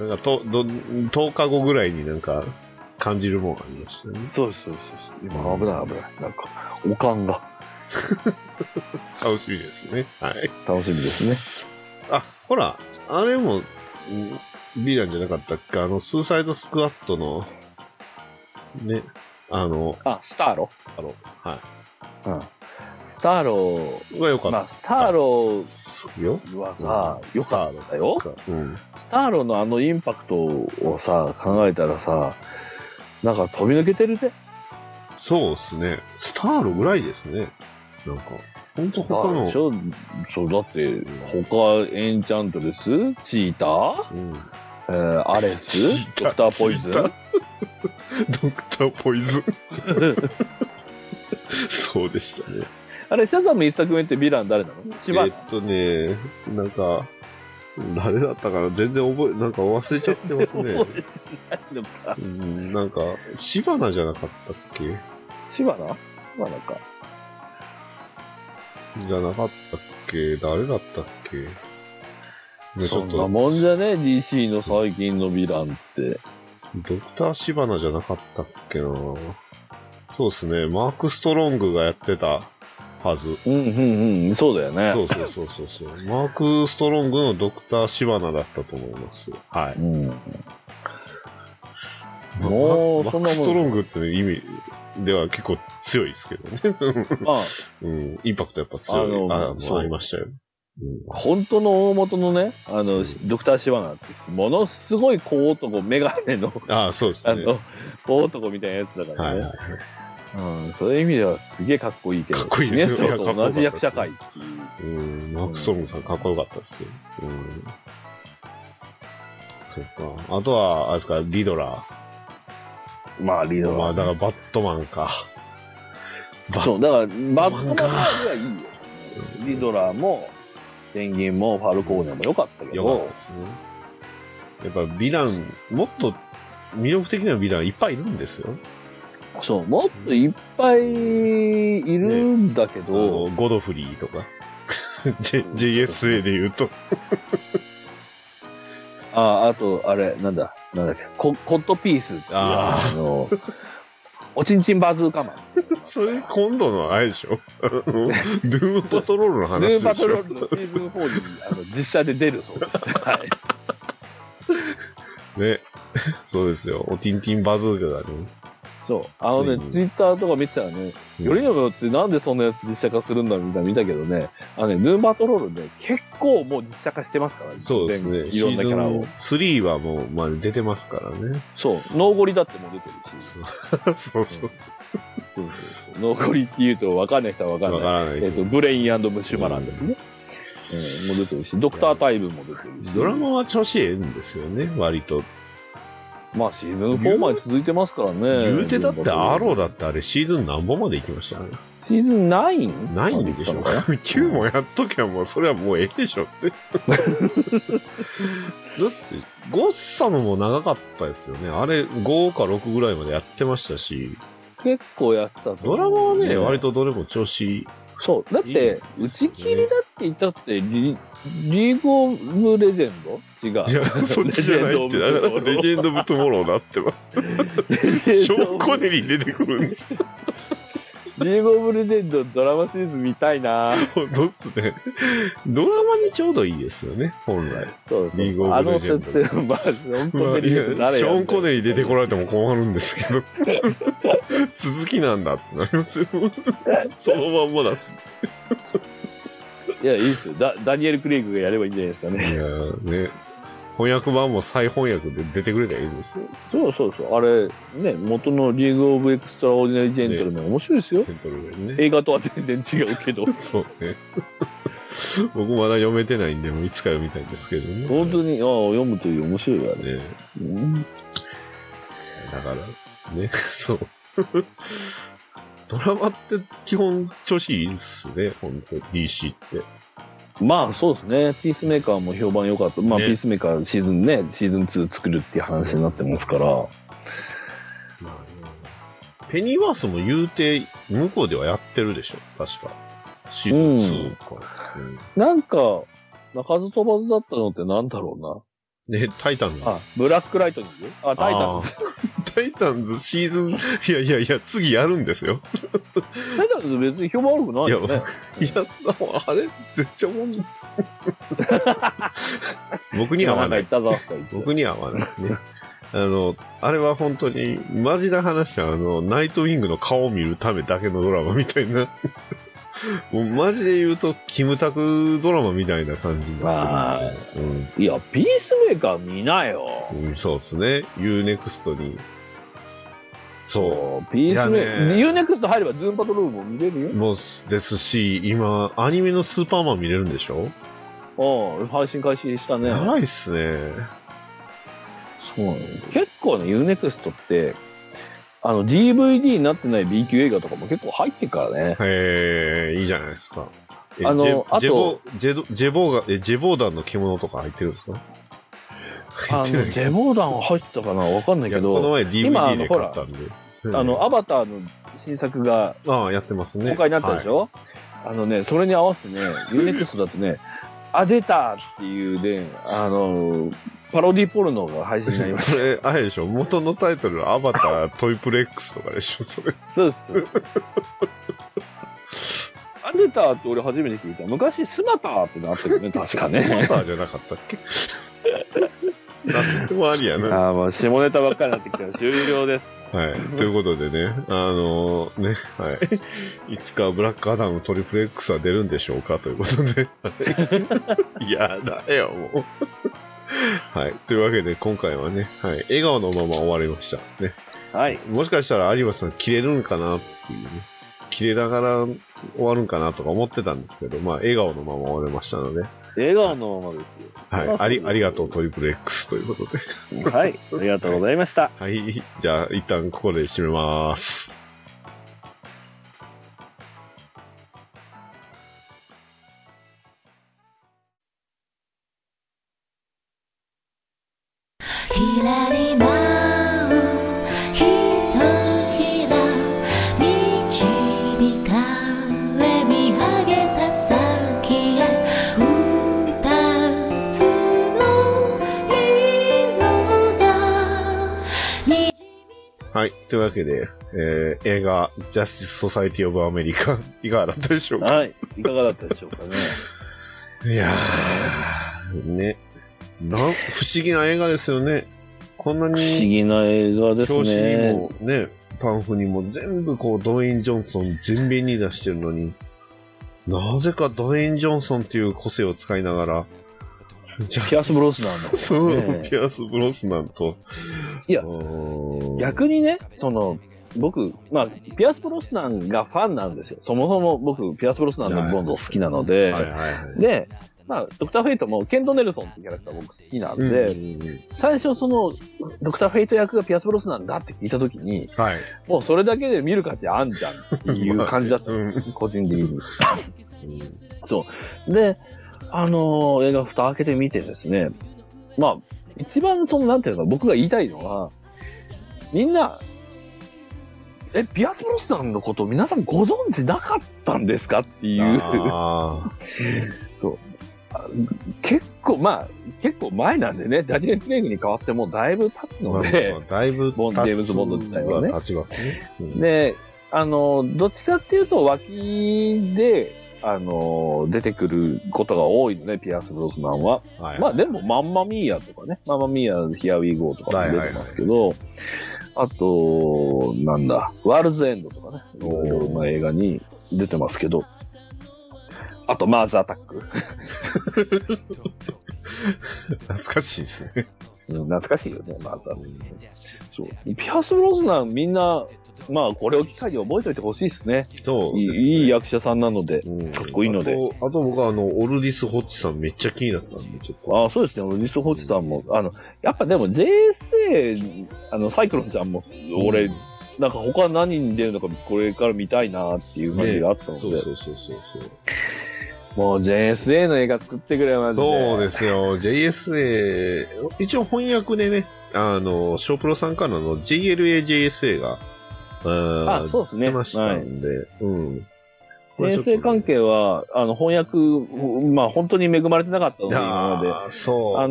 なんか10日後ぐらいになんか、感じるもんありましたね。 そうです。今、危ない。なんか、おかんが。 楽しみですね。はい。 楽しみですね。 ほら、あれも、ヴィランじゃなかったっけスーサイドスクワットの、ね、 スターロはい。 スターロが良かった。 まあ、スターロはさ、良かったよ。スターロのインパクトをさ、考えたらさ、なんか飛び抜けてるぜ。 そうですね。スターロぐらいですね。なんか、ほんと他の。 そう、だって、他、エンチャントレス、チーター、アレス、ドクターポイズン。 ドクターポイズン。そうでしたね。 あれ、シャザム一作目ってヴィラン誰なの？ なんか、誰だったかな全然なんか忘れちゃってますね。なんか、シバナじゃなかったっけ？ シバナか。 じゃなかったっけ？誰だったっけ？ そんなもんじゃね DC の最近のヴィランって。 ドクターシバナじゃなかったっけなそうっすね。マーク・ストロングがやってたはず。 そうだよね。 そう。マーク・ストロングのドクターシバナだったと思います。はい。 もう、 マーク・ストロングって意味では結構強いですけどね。インパクトやっぱ強い。ありましたよ。 本当の大元のね、ドクターシバナって、ものすごい小男、メガネの、 そうですね。 小男みたいなやつだからね。そういう意味ではすげえかっこいいけど、 かっこいいですよ。と同じ役者会っていう。 マーク・ストロングさんかっこよかったですよ。そっか。あとは、あれですか、リドラー。 まあ、リドラー。 だからバットマンか。 そう、だから、バットマンはいいよ。リドラーも、ペンギンもファルコーネも良かったけど。 良かったですね。やっぱヴィラン、もっと魅力的なヴィランいっぱいいるんですよ。 そう、もっといっぱいいるんだけど。 ゴドフリーとか。JSA で言うと。 あと、あれ、なんだっけ、コットピースっていうおちんちんバズーカマン。 それ今度のあれでしょドゥームパトロールの話でしょドゥームパトロールのシーズン4に実写で出るそうです。はい。 ね。そうですよ。おティンティンバズーカがね。 そう。ツイッターとか見てたらね、よりにもよってなんでそんなやつ実写化するんだみたいな見たけどね、ヌーパトロールね、結構もう実写化してますからね。 そうですね。 いろんなキャラを。 3はもう、まあ、出てますからね。 そう。ノーゴリだってもう出てるし。 そう。 ノーゴリって言うと分かんない人は分かんない。 分からない。 ブレイン&ムシュマランですね。もう出てるし、ドクタータイムも出てるし。 ドラマは調子いいんですよね、割と。 まあシーズン4まで続いてますからね。 言うてだってアローだってあれシーズン何本まで行きましたね。 シーズン 9？ 9でしょ。9もやっときゃもうそれはもうええでしょって。だってゴッサムも長かったですよね。あれ5か6ぐらいまでやってましたし。 結構やってたと思う。 ドラマはね、割とどれも調子いい。 そう。だって、打ち切りだって言ったってリーグオブレジェンド違う。 いや、そっちじゃないって。だからレジェンド・オブ・トゥモローだってば。ショーン・コネリー出てくるんですよ。 リーグオブレジェンドドラマシリーズ見たいな。 本当っすね。ドラマにちょうどいいですよね、本来。 そうリーグオブレジェンド。 ショーン・コネリーショーン・コネリー出てこられても困るんですけど。続きなんだってなりますよ。そのまんまだす。 いや、いいですよ。ダニエル・クレイグがやればいいんじゃないですかね。 いやね。翻訳版も再翻訳で出てくれたらいいんですよ。 そう。あれ、ね、元のリーグ・オブ・エクストラ・オーディナリー・ジェントルメン面白いですよ。 ね、 映画とは全然違うけど。 そうね。僕まだ読めてないんで、もういつか読みたいんですけどね。 本当に、読むという面白いわね。 うん、だからね、そう。ドラマって基本調子いいっすね、本当 DC って。まあそうですね。ピースメーカーも評判良かった。まあ、ね、ピースメーカーシーズン2作るっていう話になってますから。まあね、 ペニーワースも言うて、向こうではやってるでしょ、確か。シーズン2か。 なんか、鳴かず飛ばずだったのってなんだろうな。 ね、タイタンズ。 ブラックライトニング？タイタンズ。タイタンズシーズン、いや、次やるんですよ。 タイタンズ別に評判悪くないよね。 あれ全然思んない。僕には合わない。僕には合わないね。あれは本当に、マジな話は、ナイトウィングの顔を見るためだけのドラマみたいな。もうマジで言うと、キムタクドラマみたいな感じになってる、 いや、ピースメーカー見なよ。 そうっすね。UNEXT に。そう。 ピースメーカー。UNEXT 入ればズームパトロールも見れるよ。 もうですし、今、アニメのスーパーマン見れるんでしょ？ 配信開始したね。 やばいっすね。 そうなんです。結構ね、UNEXT って、DVD になってない B 級映画とかも結構入ってるからね。 いいじゃないですか。ジェボーダンの獣とか入ってるんですか？ ジェボーダンは入ってたかなわかんないけど。 この前 DVD で買ったんで。 アバターの新作が、 やってますね。 公開になったでしょ？それに合わせてね、UNEXT だとね、出たっていうね、パロディポルノが配信になりました。 それ、あれでしょ、元のタイトル、アバタートイプレックスとかでしょ、それ。 そうです。出たって俺初めて聞いた。昔、スマターってなってるね、確かね。 スマターじゃなかったっけ？なんでもありやな。 もう下ネタばっかりになってきたら終了です。 はい。ということでね、はい。いつかブラックアダムトリプル X は出るんでしょうかということで。いやだよ、もう。はい。というわけで、今回はね、はい。笑顔のまま終わりました。ね。 はい。 もしかしたら有馬さん切れるんかなっていうね。切れながら終わるんかなとか思ってたんですけど、まあ、笑顔のまま終われましたので。 笑顔のままですよ。 はい。ありがとうトリプル X ということで。 はい。ありがとうございました。 はい。じゃあ、一旦ここで締めます。はい。というわけで、映画、ジャスティス・ソサイティ・オブ・アメリカ、いかがだったでしょうか？ はい。いかがだったでしょうかね。 いやー、ね。不思議な映画ですよね。こんなに。 不思議な映画ですね。 表紙にもね、パンフにも全部こう、ドウェイン・ジョンソン全面に出してるのに、なぜかドウェイン・ジョンソンっていう個性を使いながら、 ピアス・ブロスナンだ、ね。 そう、ピアス・ブロスナンと。 いや、逆にね、僕、まあ、ピアス・ブロスナンがファンなんですよ。そもそも僕、ピアス・ブロスナンのボンド好きなので、で、まあ、ドクター・フェイトもケント・ネルソンっていうキャラクター僕好きなんで、最初ドクター・フェイト役がピアス・ブロスナンだって聞いたときに、もうそれだけで見る価値あんじゃんっていう感じだった、個人的に。そう。で、映画蓋開けてみてですね、まあ、一番なんていうのか、僕が言いたいのは、みんな、ピアス・ブロスナンのことを皆さんご存知なかったんですかっていう。そう。結構前なんでね、ダニエル・クレイグに変わってもうだいぶ経つので、 だいぶジェームズ・ボンド自体はね。 経ちますね。 で、 どっちかっていうと脇で、出てくることが多いのね、ピアス・ブロスナンは。はい、まあでも、マンマミーヤとかね、マンマミーヤ、ヒアウィーゴーとかも出てますけど、あと、なんだ、ワールズ・エンドとかね、いろいろな映画に出てますけど、あと、マーズ・アタック。 懐かしいですね。 懐かしいよね、マーズ・アタック。そう。ピアス・ブロスナンみんな、まあ、これを機会に覚えておいてほしいですね。 そうですね。 いい役者さんなので、かっこいいので。 あと僕はオルディス・ホッチさんめっちゃ気になったんで、ちょっと。 あ、そうですね、オルディス・ホッチさんも、やっぱでも JSA、サイクロンちゃんも、俺、なんか他何に出るのかこれから見たいなっていう感じがあったので。 そう。 もう JSA の映画作ってくれますね。 そうですよ。JSA、一応翻訳でね、ショープロさんからの JLA-JSA が、 そうですね。 出ましたんで、はい、 JSA 関係は、翻訳、まあ本当に恵まれてなかったので、今まで。 そう、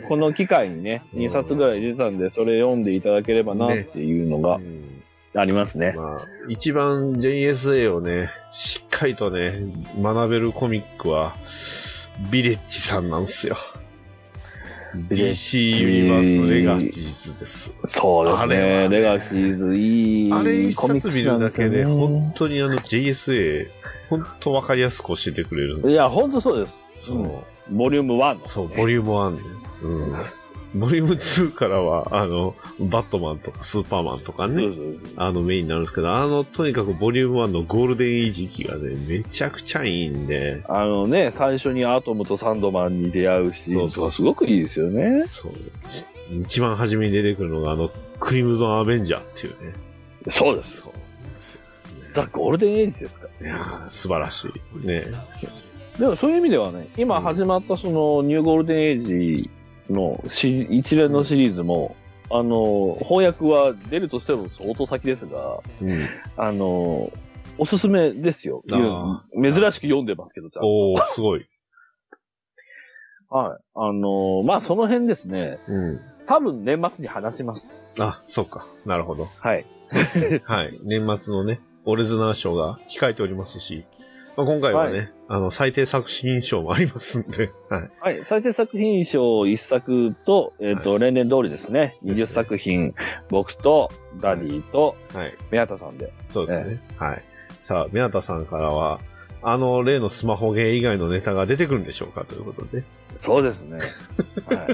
この機会にね、2冊ぐらい出たんで、それ読んでいただければなっていうのが、ありますね。 まあ、一番 JSA をね、しっかりとね、学べるコミックは、ビレッジさんなんですよ。DC ユニバースレガシーズです。 そうですね。レガシーズいい。 あれ一冊見るだけで、本当にJSA、本当わかりやすく教えてくれる。 いや、本当そうです。 そう。 ボリューム1。 そう、ボリューム1。ボリューム2からは、バットマンとかスーパーマンとかね、メインになるんですけど、とにかくボリューム1のゴールデンエイジ期がね、めちゃくちゃいいんで。 最初にアトムとサンドマンに出会うシーンとかすごくいいですよね。 そう。一番初めに出てくるのが、クリムゾンアベンジャーっていうね。 そうです。そうザ・ゴールデンエイジですか。 いやー、素晴らしい。ね。 でもそういう意味ではね、今始まったそのニューゴールデンエイジ、の一連のシリーズも、翻訳は出るとしても相当先ですが、おすすめですよ。珍しく読んでますけど、 おー、すごい。 はい。まあ、その辺ですね。多分年末に話します。 あ、そうか。なるほど。 はい。 そうですね。はい。年末のね、オレズナー賞が控えておりますし、まあ、今回はね、最低作品賞もありますんで、はい。 はい、最低作品賞1作と、例年通りですね、20作品、僕と、ダディと、宮田さんで。 そうですね。はい。さあ、宮田さんからは、例のスマホゲー以外のネタが出てくるんでしょうかということで。 そうですね。 はい。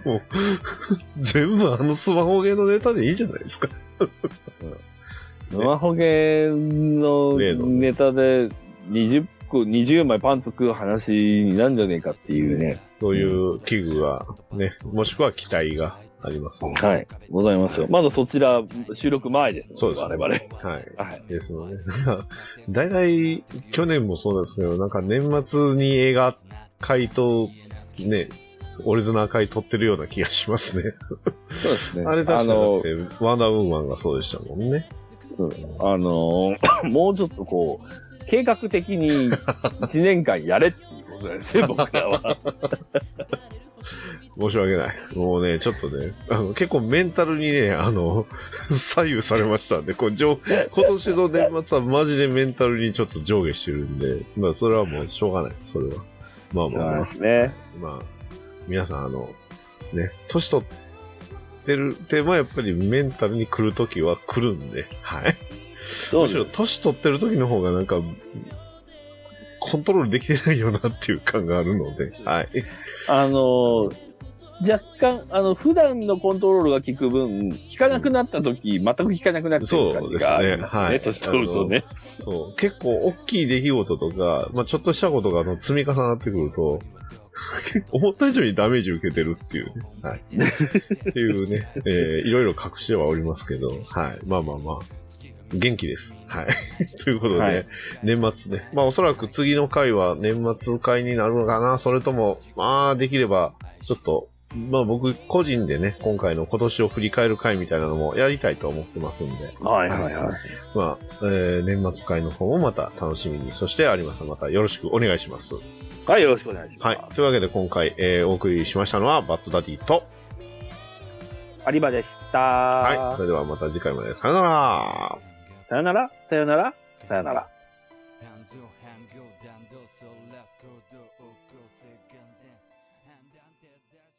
もう、全部スマホゲーのネタでいいじゃないですか。 スマホゲーのネタで、20枚パンツ食う話になるんじゃねえかっていうね。 そういう器具がね、もしくは期待がありますので。 はい。ございますよ。まだそちら収録前です。 そうです、 我々。はい。 ですので。だいたい去年もそうですけど、なんか年末に映画会とね、オリジナル会撮ってるような気がしますね。 そうですね。 あれ確かだってワンダーウーマンがそうでしたもんね。 もうちょっとこう、計画的に1年間やれっていうことなんですよ、僕らは。 申し訳ない。もうね、ちょっとね、結構メンタルにね、左右されましたんで、今年の年末はマジでメンタルにちょっと上下してるんで、まあ、それはもうしょうがないです、それは。まあまあ、 そうですね。 まあ、皆さんね、年取ってるでもやっぱりメンタルに来るときは来るんで、はい。むしろ年取ってる時の方がなんかコントロールできてないよなっていう感があるので、はい。 若干普段のコントロールが効く分効かなくなった時、全く効かなくなってる感じがありますね。はい。年取るとね。 そう結構大きい出来事とか、まあちょっとしたことが積み重なってくると。思った以上にダメージ受けてるっていうね。はい。っていうね、いろいろ隠してはおりますけど、はい。まあまあまあ、元気です。はい。ということで、はい、年末ね。まあおそらく次の回は年末回になるのかな。それとも、まあできれば、ちょっと、まあ僕個人でね、今回の今年を振り返る回みたいなのもやりたいと思ってますんで。 はいはいはい。 まあ、年末回の方もまた楽しみに。そして有馬さんまたよろしくお願いします。 はい、よろしくお願いします。 はい。というわけで今回、お送りしましたのは、バッドダディと、 有馬でした。 はい。それではまた次回まで。さよなら。 ささよなら、さよなら、さよなら。Hands up, hand go down, so let's go do, go second, and then